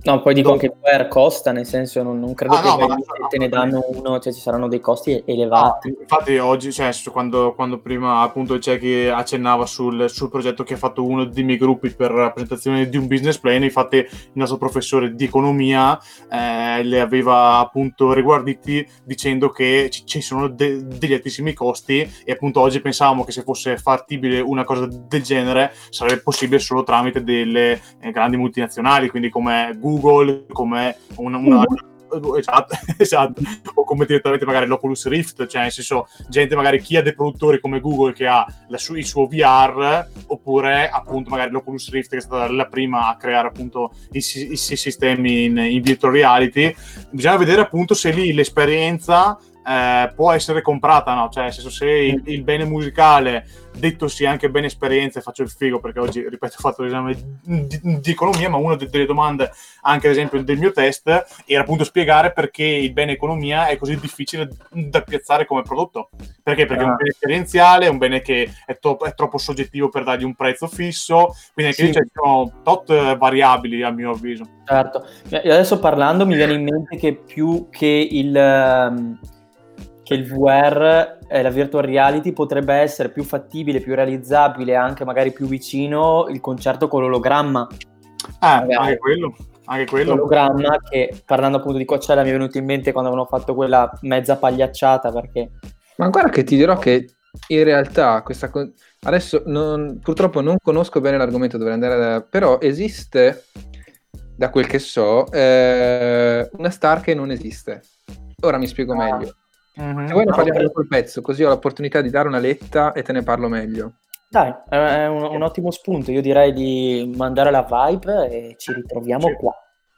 No, poi dico No. anche il costa, nel senso non, non credo Ah, che no, ma- veramente te ne danno uno, cioè ci saranno dei costi Ah, elevati. infatti oggi, cioè, su- quando, quando prima appunto c'è chi accennava sul, sul progetto che ha fatto uno dei miei gruppi per la presentazione di un business plan, infatti il nostro professore di economia eh, le aveva appunto riguarditi dicendo che ci, ci sono de- degli altissimi costi e appunto oggi pensavamo che se fosse fattibile una cosa del genere sarebbe possibile solo tramite delle eh, grandi multinazionali, quindi come Google, come una... una Esatto, esatto, o come direttamente magari l'Oculus Rift, cioè nel senso gente magari chi ha dei produttori come Google che ha la su- il suo V R, oppure appunto magari l'Oculus Rift che è stata la prima a creare appunto i, si- i si- sistemi in, in virtual reality. Bisogna vedere appunto se lì l'esperienza eh, può essere comprata, no? Cioè nel senso se il, il bene musicale detto sia anche bene esperienza, faccio il figo perché oggi, ripeto, ho fatto l'esame di, di, di economia, ma una de- delle domande anche ad esempio del mio test era appunto spiegare perché il bene economia è così difficile da piazzare come prodotto. Perché? Perché è un bene esperienziale, è un bene che è, to- è troppo soggettivo per dargli un prezzo fisso, quindi anche lì Sì. ci sono tot variabili a mio avviso. Certo, e adesso parlando mi viene in mente che più che il, ehm, che il V R e la virtual reality potrebbe essere più fattibile, più realizzabile, anche magari più vicino il concerto con l'ologramma. Eh, Magari. anche quello, anche quello. L'ologramma che, parlando appunto di Coachella, mi è venuto in mente quando avevano fatto quella mezza pagliacciata, perché Ma guarda che ti dirò che in realtà questa co- adesso non- purtroppo non conosco bene l'argomento, dovrei andare da... però esiste, da quel che so, eh, una star che non esiste. Ora mi spiego meglio. Mhm. Se vuoi ne Ah, parliamo ok. dopo il pezzo, così ho l'opportunità di dare una letta e te ne parlo meglio. dai, è è un, un ottimo spunto. Io direi di mandare la vibe e ci ritroviamo Sì. qua.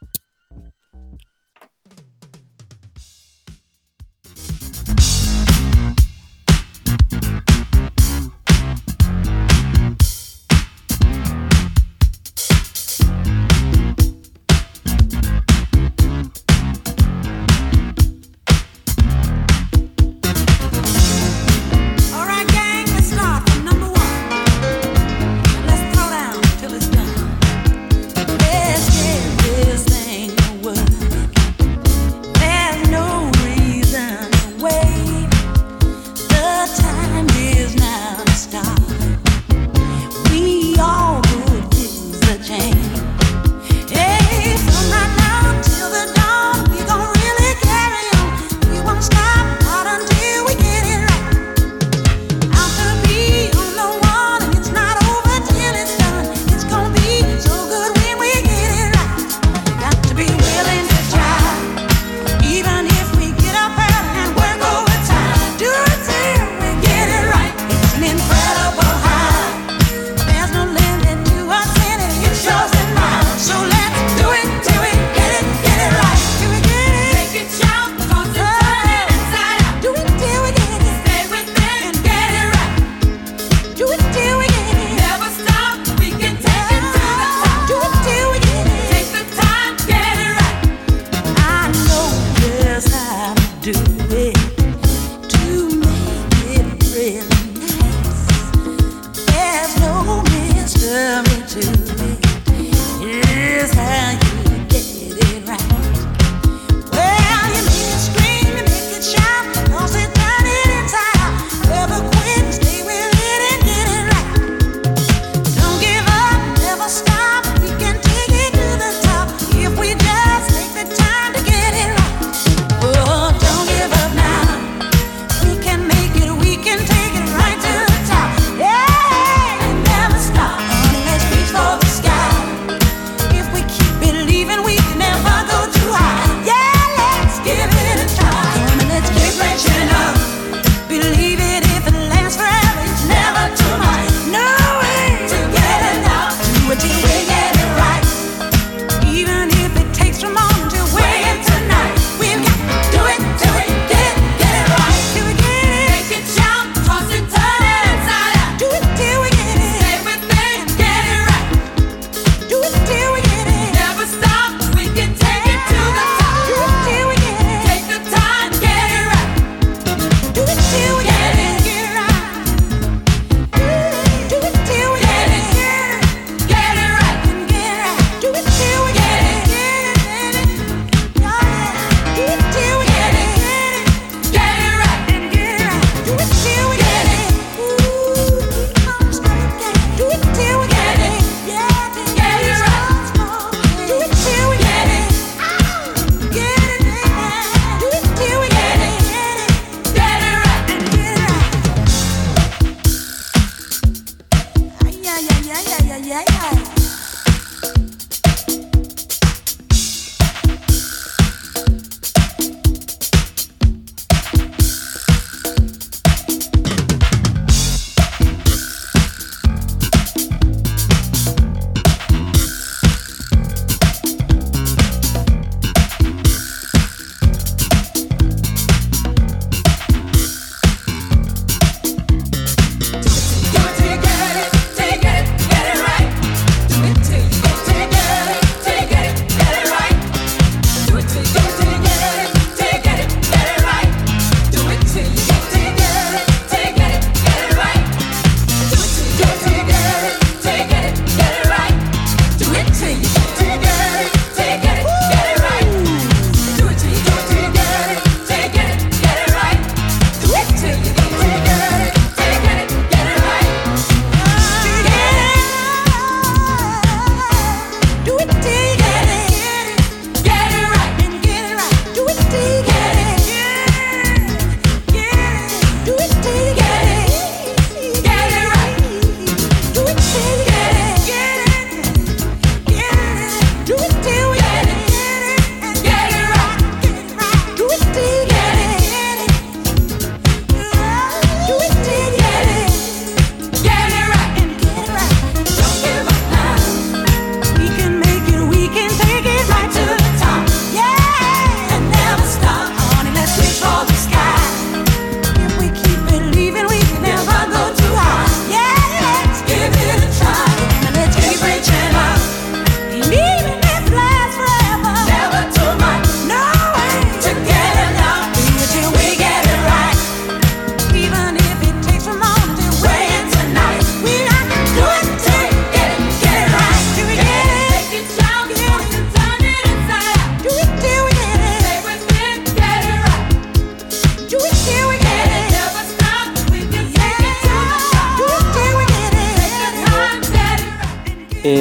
Alright, gang, let's start from number one. Let's throw down till it's done. Let's get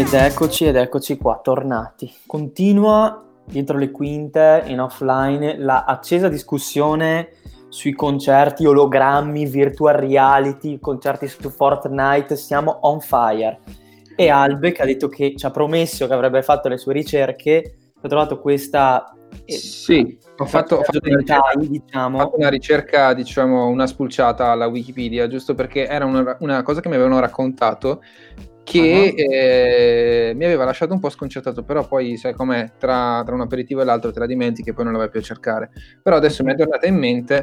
Ed eccoci, ed eccoci qua, tornati. Continua dietro le quinte, in offline, la accesa discussione sui concerti, ologrammi, virtual reality, concerti su Fortnite, siamo on fire. E Albe, che ha detto che ci ha promesso che avrebbe fatto le sue ricerche, ha trovato questa... Sì, ho fatto, ho fatto, una ricerca, diciamo. ho fatto una ricerca, diciamo, una spulciata alla Wikipedia, giusto perché era una, una cosa che mi avevano raccontato che uh-huh. eh, mi aveva lasciato un po' sconcertato, però poi sai com'è, tra, tra un aperitivo e l'altro te la dimentichi e poi non la vai più a cercare. Però adesso uh-huh. mi è tornata in mente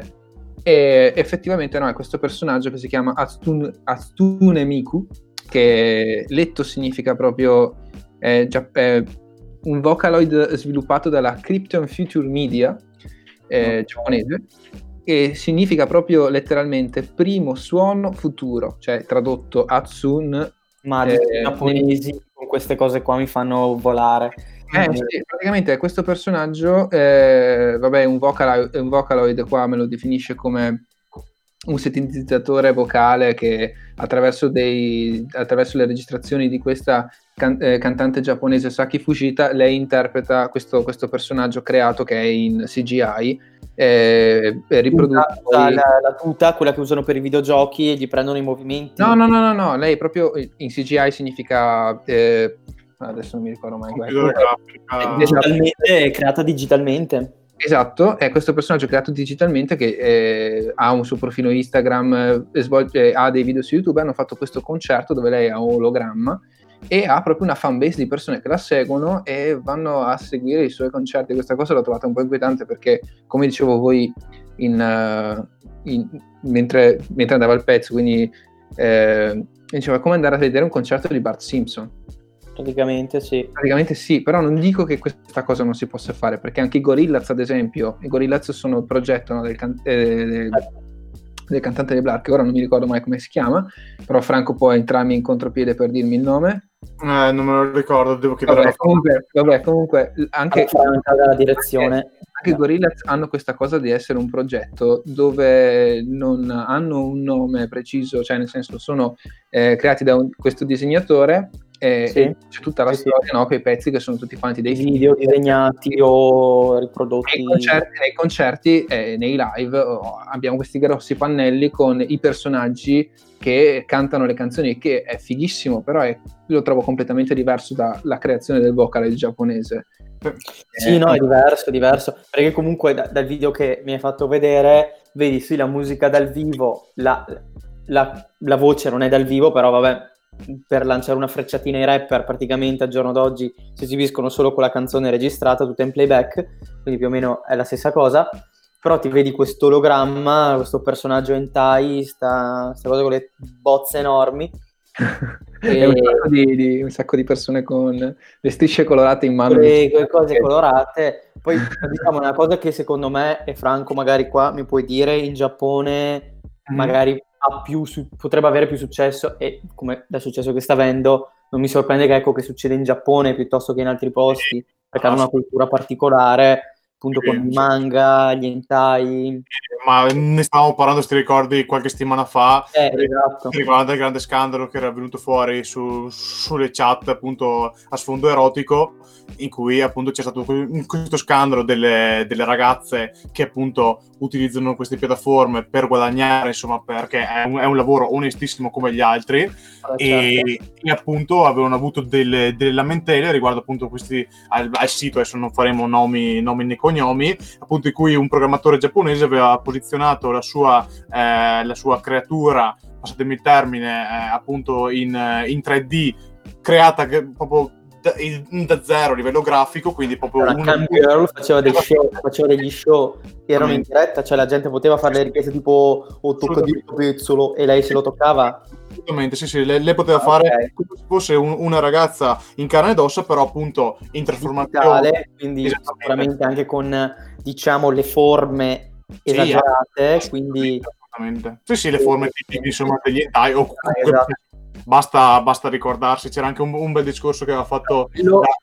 e effettivamente no, è questo personaggio che si chiama Hatsune, Hatsune Miku, che letto significa proprio eh, già, eh, un Vocaloid sviluppato dalla Krypton Future Media eh, giapponese, e significa proprio letteralmente primo suono futuro, cioè tradotto Hatsune. Ma i eh, giapponesi ne... con queste cose qua mi fanno volare. Eh, sì, praticamente questo personaggio, eh, vabbè, un Vocaloid, un Vocaloid qua me lo definisce come un sintetizzatore vocale che attraverso, dei, attraverso le registrazioni di questa can- eh, cantante giapponese Saki Fujita, lei interpreta questo, questo personaggio creato che è in C G I e eh, riproduce la, la, la tuta, quella che usano per i videogiochi, e gli prendono i movimenti. No, no, no, no, no. Lei proprio in C G I significa eh, adesso non mi ricordo mai. È digitalmente, è creata digitalmente. Esatto, è questo personaggio creato digitalmente che eh, ha un suo profilo Instagram, eh, svolge, ha dei video su YouTube. Hanno fatto questo concerto dove lei ha un ologramma e ha proprio una fanbase di persone che la seguono e vanno a seguire i suoi concerti. Questa cosa l'ho trovata un po' inquietante perché, come dicevo voi in, uh, in, mentre, mentre andava il pezzo, quindi eh, diceva come andare a vedere un concerto di Bart Simpson. Praticamente sì. Praticamente sì, però non dico che questa cosa non si possa fare, perché anche i Gorillaz, ad esempio, i Gorillaz sono il progetto, no, del, can- eh, del, del cantante dei Blur, che ora non mi ricordo mai come si chiama, però Franco può entrarmi in contropiede per dirmi il nome. Eh, non me lo ricordo, devo chiedere. Vabbè, comunque, vabbè, comunque anche la direzione. Anche, anche i Gorillaz hanno questa cosa di essere un progetto dove non hanno un nome preciso, cioè nel senso sono eh, creati da un, questo disegnatore. E, sì. e c'è tutta la sì, storia, no? Quei pezzi che sono tutti quanti dei video film, disegnati o riprodotti nei concerti, nei concerti e nei live oh, abbiamo questi grossi pannelli con i personaggi che cantano le canzoni, che è fighissimo, però è, lo trovo completamente diverso dalla creazione del Vocaloid giapponese. Sì, eh, no, è diverso, è diverso, perché comunque da, dal video che mi hai fatto vedere vedi sì la musica dal vivo, la, la, la voce non è dal vivo, però vabbè, per lanciare una frecciatina ai rapper praticamente al giorno d'oggi si esibiscono solo con la canzone registrata tutta in playback, quindi più o meno è la stessa cosa, però ti vedi questo ologramma, questo personaggio hentai, sta, sta cosa con le bozze enormi e un sacco di, di, un sacco di persone con le strisce colorate in mano, le, le cose colorate. Poi diciamo una cosa che secondo me, e Franco magari qua mi puoi dire, in Giappone mm. magari ha più su- potrebbe avere più successo, e come dal successo che sta avendo non mi sorprende che ecco che succede in Giappone piuttosto che in altri posti, perché ah, hanno una cultura particolare appunto sì, con il manga, gli hentai. Ma ne stavamo parlando, se ti ricordi, qualche settimana fa, eh, esatto. Ti ricordi il grande scandalo che era venuto fuori su, sulle chat appunto a sfondo erotico, in cui appunto c'è stato questo scandalo delle, delle ragazze che appunto utilizzano queste piattaforme per guadagnare, insomma, perché è un, è un lavoro onestissimo come gli altri, ah, e, certo. e appunto avevano avuto delle, delle lamentele riguardo appunto questi al, al sito, adesso non faremo nomi, nomi né cognomi, appunto in cui un programmatore giapponese aveva posizionato la sua, eh, la sua creatura, passatemi il termine, eh, appunto in, in tre D, creata che, proprio da, da zero a livello grafico, quindi proprio una cam girl faceva, dei show, faceva degli show che erano in diretta, cioè la gente poteva fare le richieste tipo o tocca di pezzolo e lei se lo toccava. Assolutamente, sì, sì, lei, lei poteva fare okay. come se fosse un, una ragazza in carne ed ossa, però appunto in trasformazione, quindi sicuramente anche con, diciamo, le forme esagerate, sì, quindi assolutamente. Sì, sì, le forme tipiche insomma degli hentai o comunque esatto. basta, basta ricordarsi, c'era anche un, un bel discorso che aveva fatto Lo... da...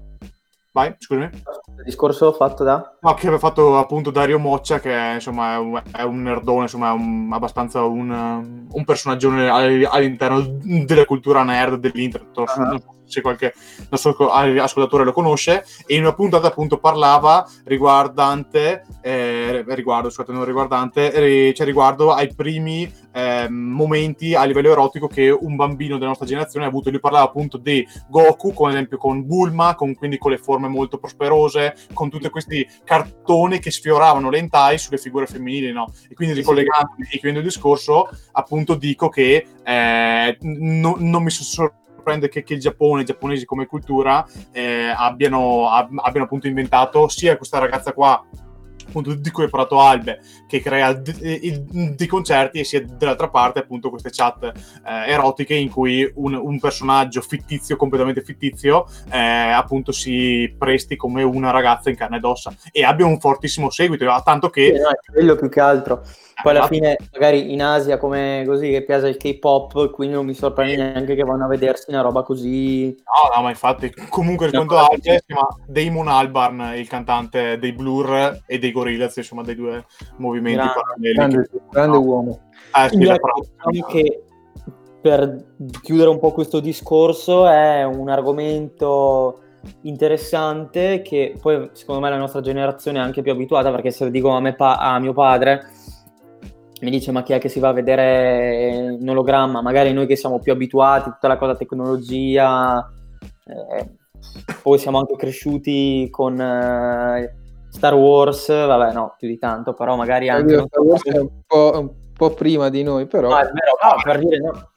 Vai, scusami. Il discorso fatto da? No, che aveva fatto appunto Dario Moccia, che insomma è un, è un nerdone, insomma è un, abbastanza un, un personaggio all'interno della cultura nerd dell'internet. Uh-huh. se qualche nostro ascoltatore lo conosce, e in una puntata appunto parlava riguardante eh, riguardo, scusate, non riguardante eh, cioè riguardo ai primi eh, momenti a livello erotico che un bambino della nostra generazione ha avuto. Lui parlava appunto di Goku, come ad esempio con Bulma, con, quindi con le forme molto prosperose, con tutti questi cartoni che sfioravano le hentai sulle figure femminili, no? E quindi ricollegandomi e chiudendo il discorso, appunto dico che eh, no, non mi sorprende che, che il Giappone, i giapponesi come cultura eh, abbiano, ab, abbiano appunto inventato sia questa ragazza qua, appunto di cui ho parlato Albe, che crea dei concerti, e sia dall'altra parte appunto queste chat eh, erotiche in cui un, un personaggio fittizio, completamente fittizio, eh, appunto si presti come una ragazza in carne ed ossa e abbia un fortissimo seguito, tanto che... Sì, no, è quello più che altro. Poi alla fine magari in Asia come così che piace il K-pop, quindi non mi sorprende neanche che vanno a vedersi una roba così. No, no, ma infatti comunque secondo no, Albe si chiama Damon Albarn, il cantante dei Blur e dei Gorillaz, insomma dei due movimenti grande, paralleli. Grande, che... grande no. uomo. Eh, sì, diciamo che per chiudere un po' questo discorso è un argomento interessante che poi secondo me la nostra generazione è anche più abituata, perché se lo dico a, me pa- a mio padre mi dice ma chi è che si va a vedere un ologramma, magari noi che siamo più abituati, tutta la cosa tecnologia, eh, poi siamo anche cresciuti con eh, Star Wars, vabbè no, più di tanto, però magari anche... Oddio, Star Wars è un po', un po' prima di noi, però... No, è vero, no, per dire no.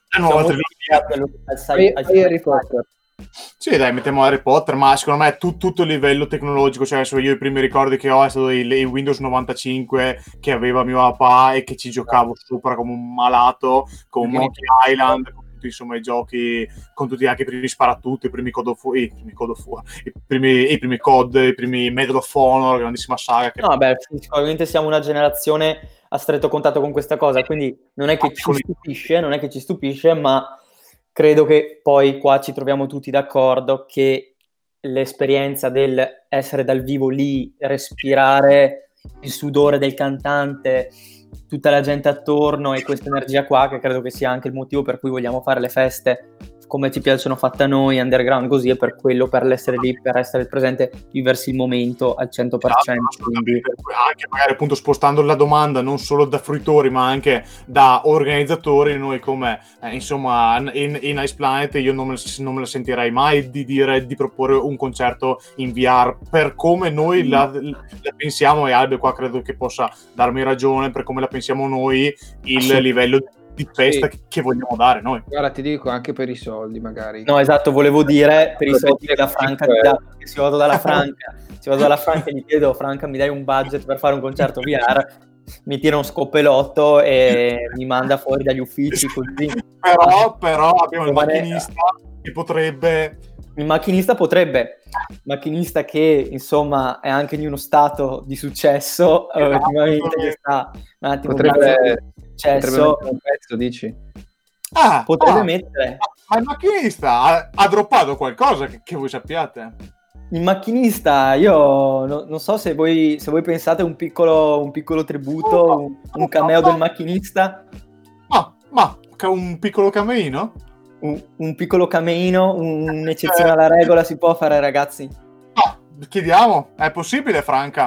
Harry Potter. Sì, dai, mettiamo Harry Potter, ma secondo me è tu, tutto il livello tecnologico, cioè io i primi ricordi che ho è stato il, il Windows novantacinque che aveva mio papà e che ci giocavo sopra come un malato, con Monkey Island, con tutti insomma i giochi, con tutti anche i primi sparatutto, i primi God of War, i primi God of War, i primi, i primi C O D, i primi Medal of Honor, grandissima saga. Che... No, beh, sicuramente siamo una generazione a stretto contatto con questa cosa, quindi non è che ci stupisce, non è che ci stupisce, ma credo che poi qua ci troviamo tutti d'accordo che l'esperienza del essere dal vivo lì, respirare il sudore del cantante, tutta la gente attorno e questa energia qua, che credo che sia anche il motivo per cui vogliamo fare le feste come ci piacciono fatte a noi, underground così, è per quello, per l'essere lì, per essere presente, viversi il momento al cento per cento. Quindi... Anche magari appunto spostando la domanda non solo da fruitori ma anche da organizzatori, noi come eh, insomma in, in Nice Planet io non me, non me la sentirei mai di dire di proporre un concerto in V R per come noi la, la pensiamo, e Albe qua credo che possa darmi ragione, per come la pensiamo noi, il livello di di festa sì. che vogliamo dare noi. Guarda, ti dico anche per i soldi magari. No, esatto, volevo dire per i soldi che la Franca ti dà, perché se vado dalla Franca, se vado dalla Franca e gli chiedo Franca mi dai un budget per fare un concerto V R, mi tira un scopelotto e mi manda fuori dagli uffici così. Però, però abbiamo il macchinista che potrebbe... Il macchinista potrebbe, il macchinista che insomma è anche in uno stato di successo, esatto, ultimamente che sta un attimo potrebbe, successo, potrebbe un pezzo, dici? Ah, potrebbe ah, mettere. Ma il macchinista ha, ha droppato qualcosa che, che voi sappiate? Il macchinista, io no, non so se voi, se voi pensate un piccolo, un piccolo tributo, un, un cameo del macchinista. Ma, ma un piccolo cameino? Un, un piccolo cameino, un'eccezione alla regola si può fare, ragazzi? Ah, chiediamo, è possibile, Franca?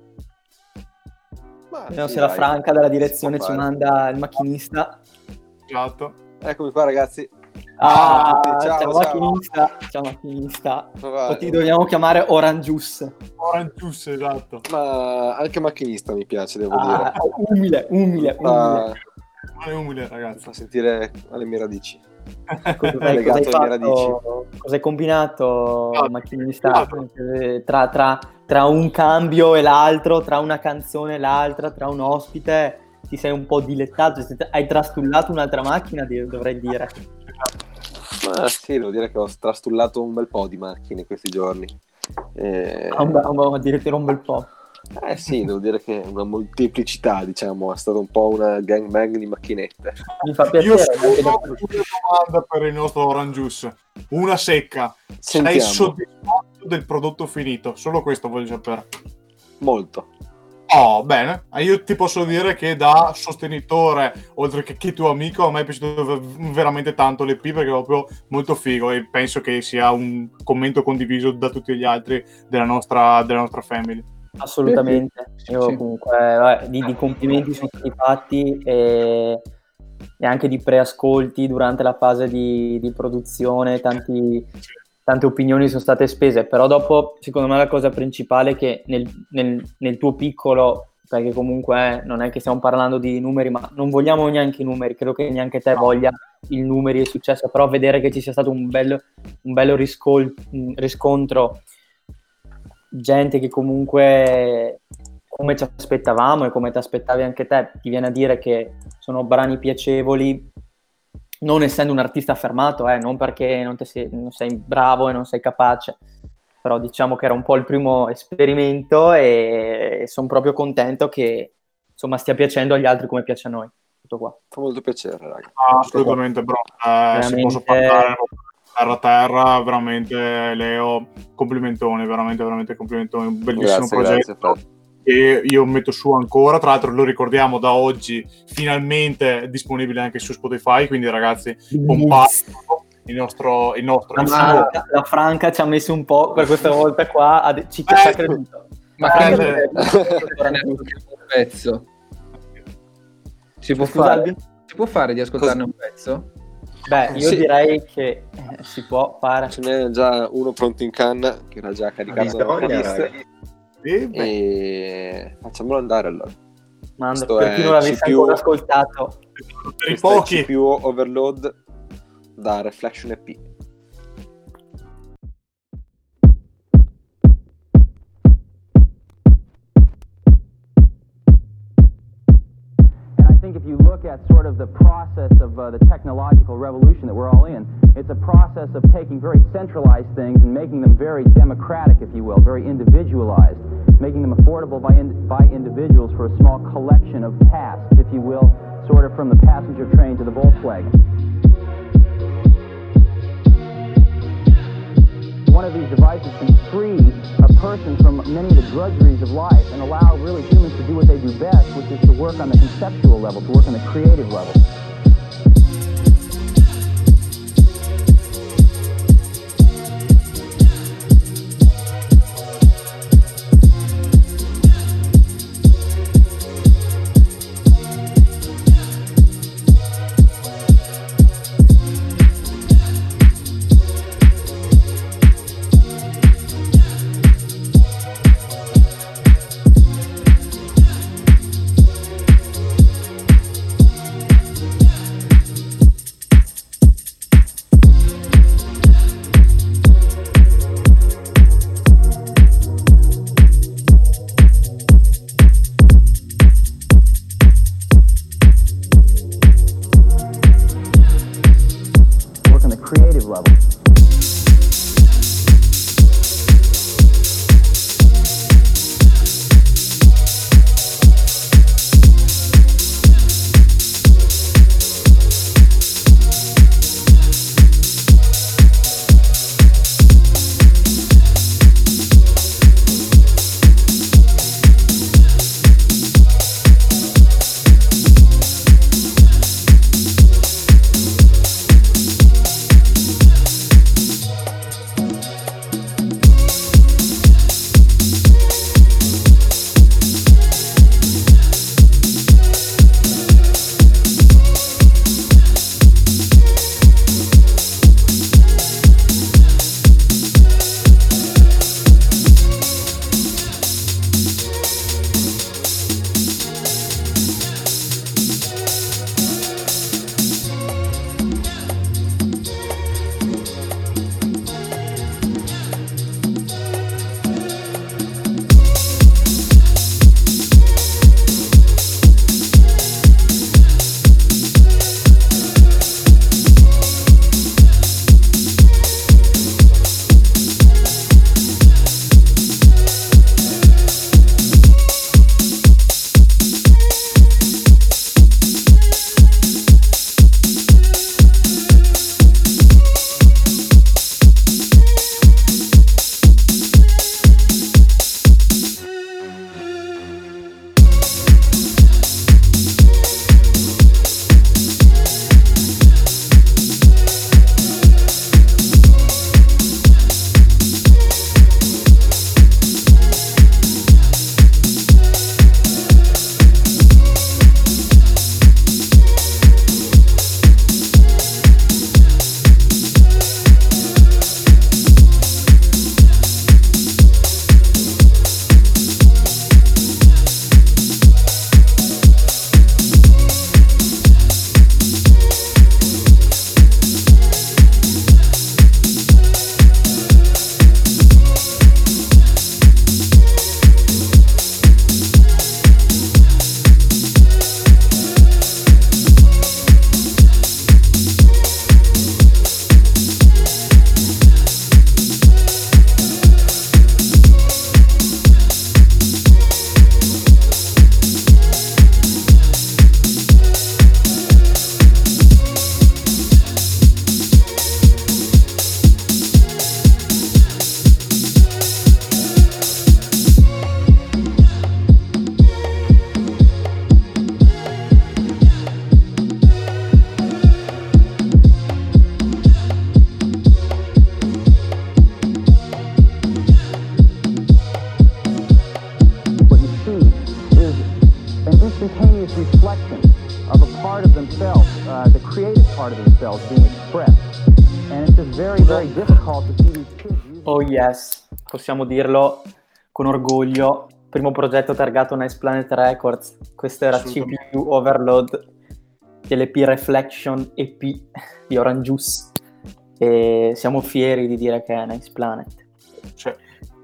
Ma Vediamo sì, se la dai, Franca dalla direzione ci fare. manda il macchinista. Esatto. Eccomi qua, ragazzi. Ah, ciao, ciao, ciao. macchinista, ciao macchinista. Vai. O ti dobbiamo chiamare Orange Juice. Orange Juice, esatto. Ma anche macchinista mi piace, devo Ah, dire. umile, umile, umile. Ah, Non è umile, ragazzi. fa sentire alle mie radici. Cosa, Legato cosa, hai alle mie fatto, cosa hai combinato, Ah, macchinista, tra, tra, tra un cambio e l'altro, tra una canzone e l'altra, tra un ospite, ti sei un po' dilettato, hai trastullato un'altra macchina, dovrei dire. Ma sì, devo dire che ho trastullato un bel po' di macchine in questi giorni. Eh, Ah, un bel- un bel- addirittura un bel po'. eh sì, devo dire che una molteplicità, diciamo, è stata un po' una gangbang di macchinette. Mi fa Io piacere. solo perché una dopo- domanda per il nostro Orange Juice. Una secca. Sentiamo. Sei soddisfatto del prodotto finito? Solo questo voglio sapere. Molto. Oh, bene. Io ti posso dire che da sostenitore, oltre che, che tuo amico, a me è piaciuto v- veramente tanto l'E P perché è proprio molto figo e penso che sia un commento condiviso da tutti gli altri della nostra, della nostra family. Assolutamente. Io Sì. comunque vabbè, di, di complimenti sono stati fatti e, e anche di preascolti durante la fase di, di produzione, tanti, tante opinioni sono state spese, però dopo secondo me la cosa principale è che nel, nel, nel tuo piccolo, perché comunque non è che stiamo parlando di numeri, ma non vogliamo neanche i numeri, credo che neanche te voglia i numeri e il successo, però vedere che ci sia stato un bello, un bello riscol- riscontro, gente che comunque come ci aspettavamo e come ti aspettavi anche te, ti viene a dire che sono brani piacevoli, non essendo un artista affermato, eh, non perché non, te sei, non sei bravo e non sei capace, però diciamo che era un po' il primo esperimento e sono proprio contento che insomma stia piacendo agli altri come piace a noi. Tutto qua. Fa molto piacere, raga. Ah, assolutamente, bro. Eh, se posso parlare terra a terra, veramente Leo, complimentoni, veramente, veramente complimentoni, un bellissimo Grazie, progetto. grazie, e io metto su ancora, tra l'altro lo ricordiamo da oggi, finalmente disponibile anche su Spotify, quindi ragazzi, pompate il nostro, il nostro la, Franca, la Franca ci ha messo un po' per questa volta qua, a de- ci, ci ha creduto. Ma Franca che un pezzo si può, fare, si può fare di ascoltarne un pezzo? Beh, io sì. direi che eh, si può fare. Ce n'è già uno pronto in canna che era già caricato nella lista. E, e facciamolo andare allora. Mando, per chi non l'avesse C P U, ancora ascoltato, per i pochi C P U Overload da Reflection E P. I think if you look at sort of the process of uh, the technological revolution that we're all in, it's a process of taking very centralized things and making them very democratic, if you will, very individualized, making them affordable by, in, by individuals for a small collection of tasks, if you will, sort of from the passenger train to the Volkswagen. One of these devices can free a person from many of the drudgeries of life and allow really humans to do what they do best, which is to work on the conceptual level, to work on the creative level. cells being expressed. And it's just very, very difficult to see these kids using... Oh yes, possiamo dirlo con orgoglio. Primo progetto targato Nice Planet Records. Questo era C P U Overload dell'E P Reflection E P di Orange Juice. E siamo fieri di dire che è Nice Planet. Cioè.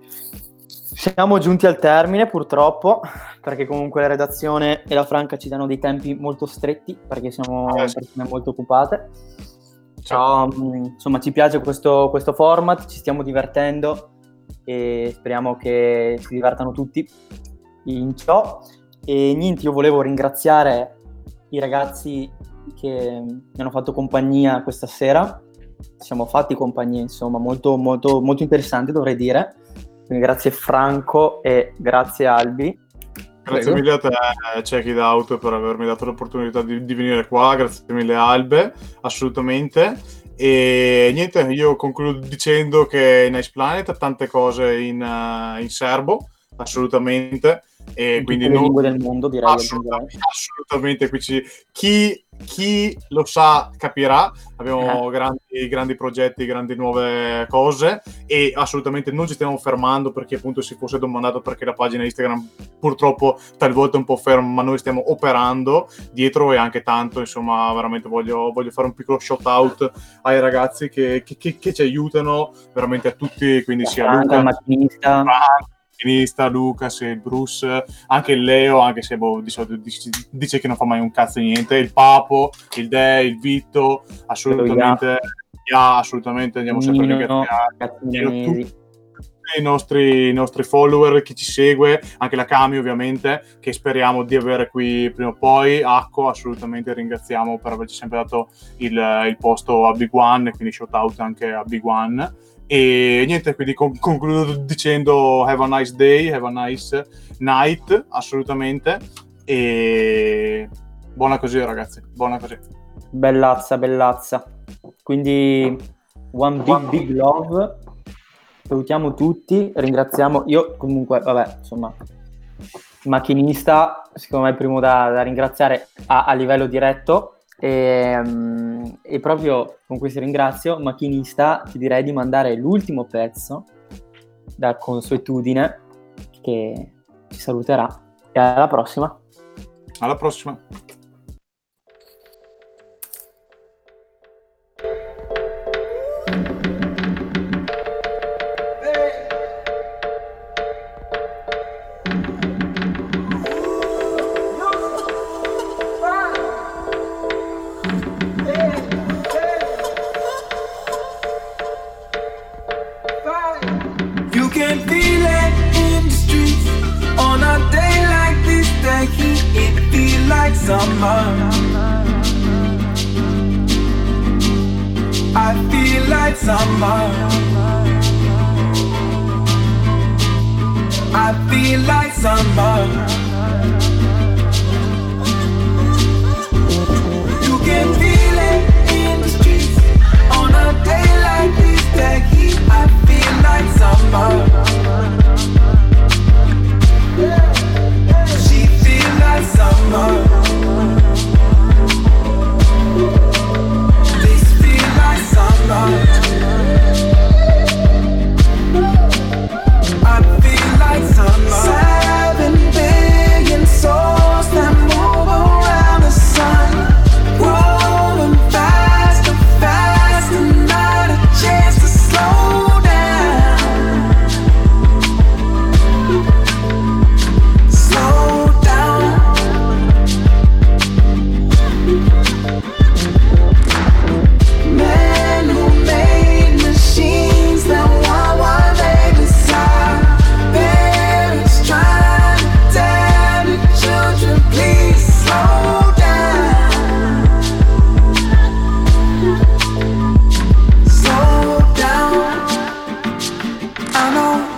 Siamo giunti al termine purtroppo, perché comunque la redazione e la Franca ci danno dei tempi molto stretti, perché siamo eh, sì. persone molto occupate. Però insomma ci piace questo, questo format, ci stiamo divertendo e speriamo che si divertano tutti in ciò. E niente, io volevo ringraziare i ragazzi che mi hanno fatto compagnia questa sera. Ci siamo fatti compagnia, insomma, molto molto molto interessante, dovrei dire. Quindi grazie Franco e grazie Albi. Grazie Prego. mille a te, Check It Out, per avermi dato l'opportunità di, di venire qua. Grazie mille Albe, assolutamente. E niente, io concludo dicendo che Nice Planet ha tante cose in, uh, in serbo, assolutamente. E in quindi tutte le non... lingue del mondo, direi. Assolutamente, assolutamente. Qui ci... chi, chi lo sa capirà. Abbiamo Eh. grandi, grandi progetti, grandi nuove cose e assolutamente non ci stiamo fermando, perché appunto si fosse domandato perché la pagina Instagram purtroppo talvolta è un po' ferma, ma noi stiamo operando dietro e anche tanto, insomma, veramente voglio, voglio fare un piccolo shout out ai ragazzi che, che, che, che ci aiutano, veramente a tutti, quindi sia Franco, Luca, il macchinista. macchinista, Lucas, il Bruce, anche il Leo, anche se boh, di solito dice, dice che non fa mai un cazzo di niente, il Papo, il De, il Vitto, assolutamente, yeah, assolutamente andiamo sempre a ringraziare tutti i nostri, i nostri follower, chi ci segue, anche la Cami ovviamente, che speriamo di avere qui prima o poi. Acco, assolutamente ringraziamo per averci sempre dato il, il posto a Big One, quindi shout out anche a Big One. E niente, quindi con- concludo dicendo have a nice day, have a nice night, assolutamente, e buona così ragazzi, buona così. Bellazza, bellazza. Quindi one big big love. Salutiamo tutti, ringraziamo. Io comunque, vabbè, insomma, macchinista, secondo me è il primo da, da ringraziare a, a livello diretto. E, um, e proprio con questo ringrazio, macchinista, ti direi di mandare l'ultimo pezzo da consuetudine, che ci saluterà. E alla prossima. Alla prossima. You can feel it in the streets on a day like this. The heat, it feel like summer. I feel like summer. I feel like summer. You can feel it in the streets on a day like this. The heat, I feel like summer. She feel like summer. This feel like summer. I feel like summer. Seven billion souls that move around the sun, growing faster, faster, not a chance to slow down. Slow down. Men who made machines that want what they desire. Parents trying to tell the children, please slow down. Slow down. I know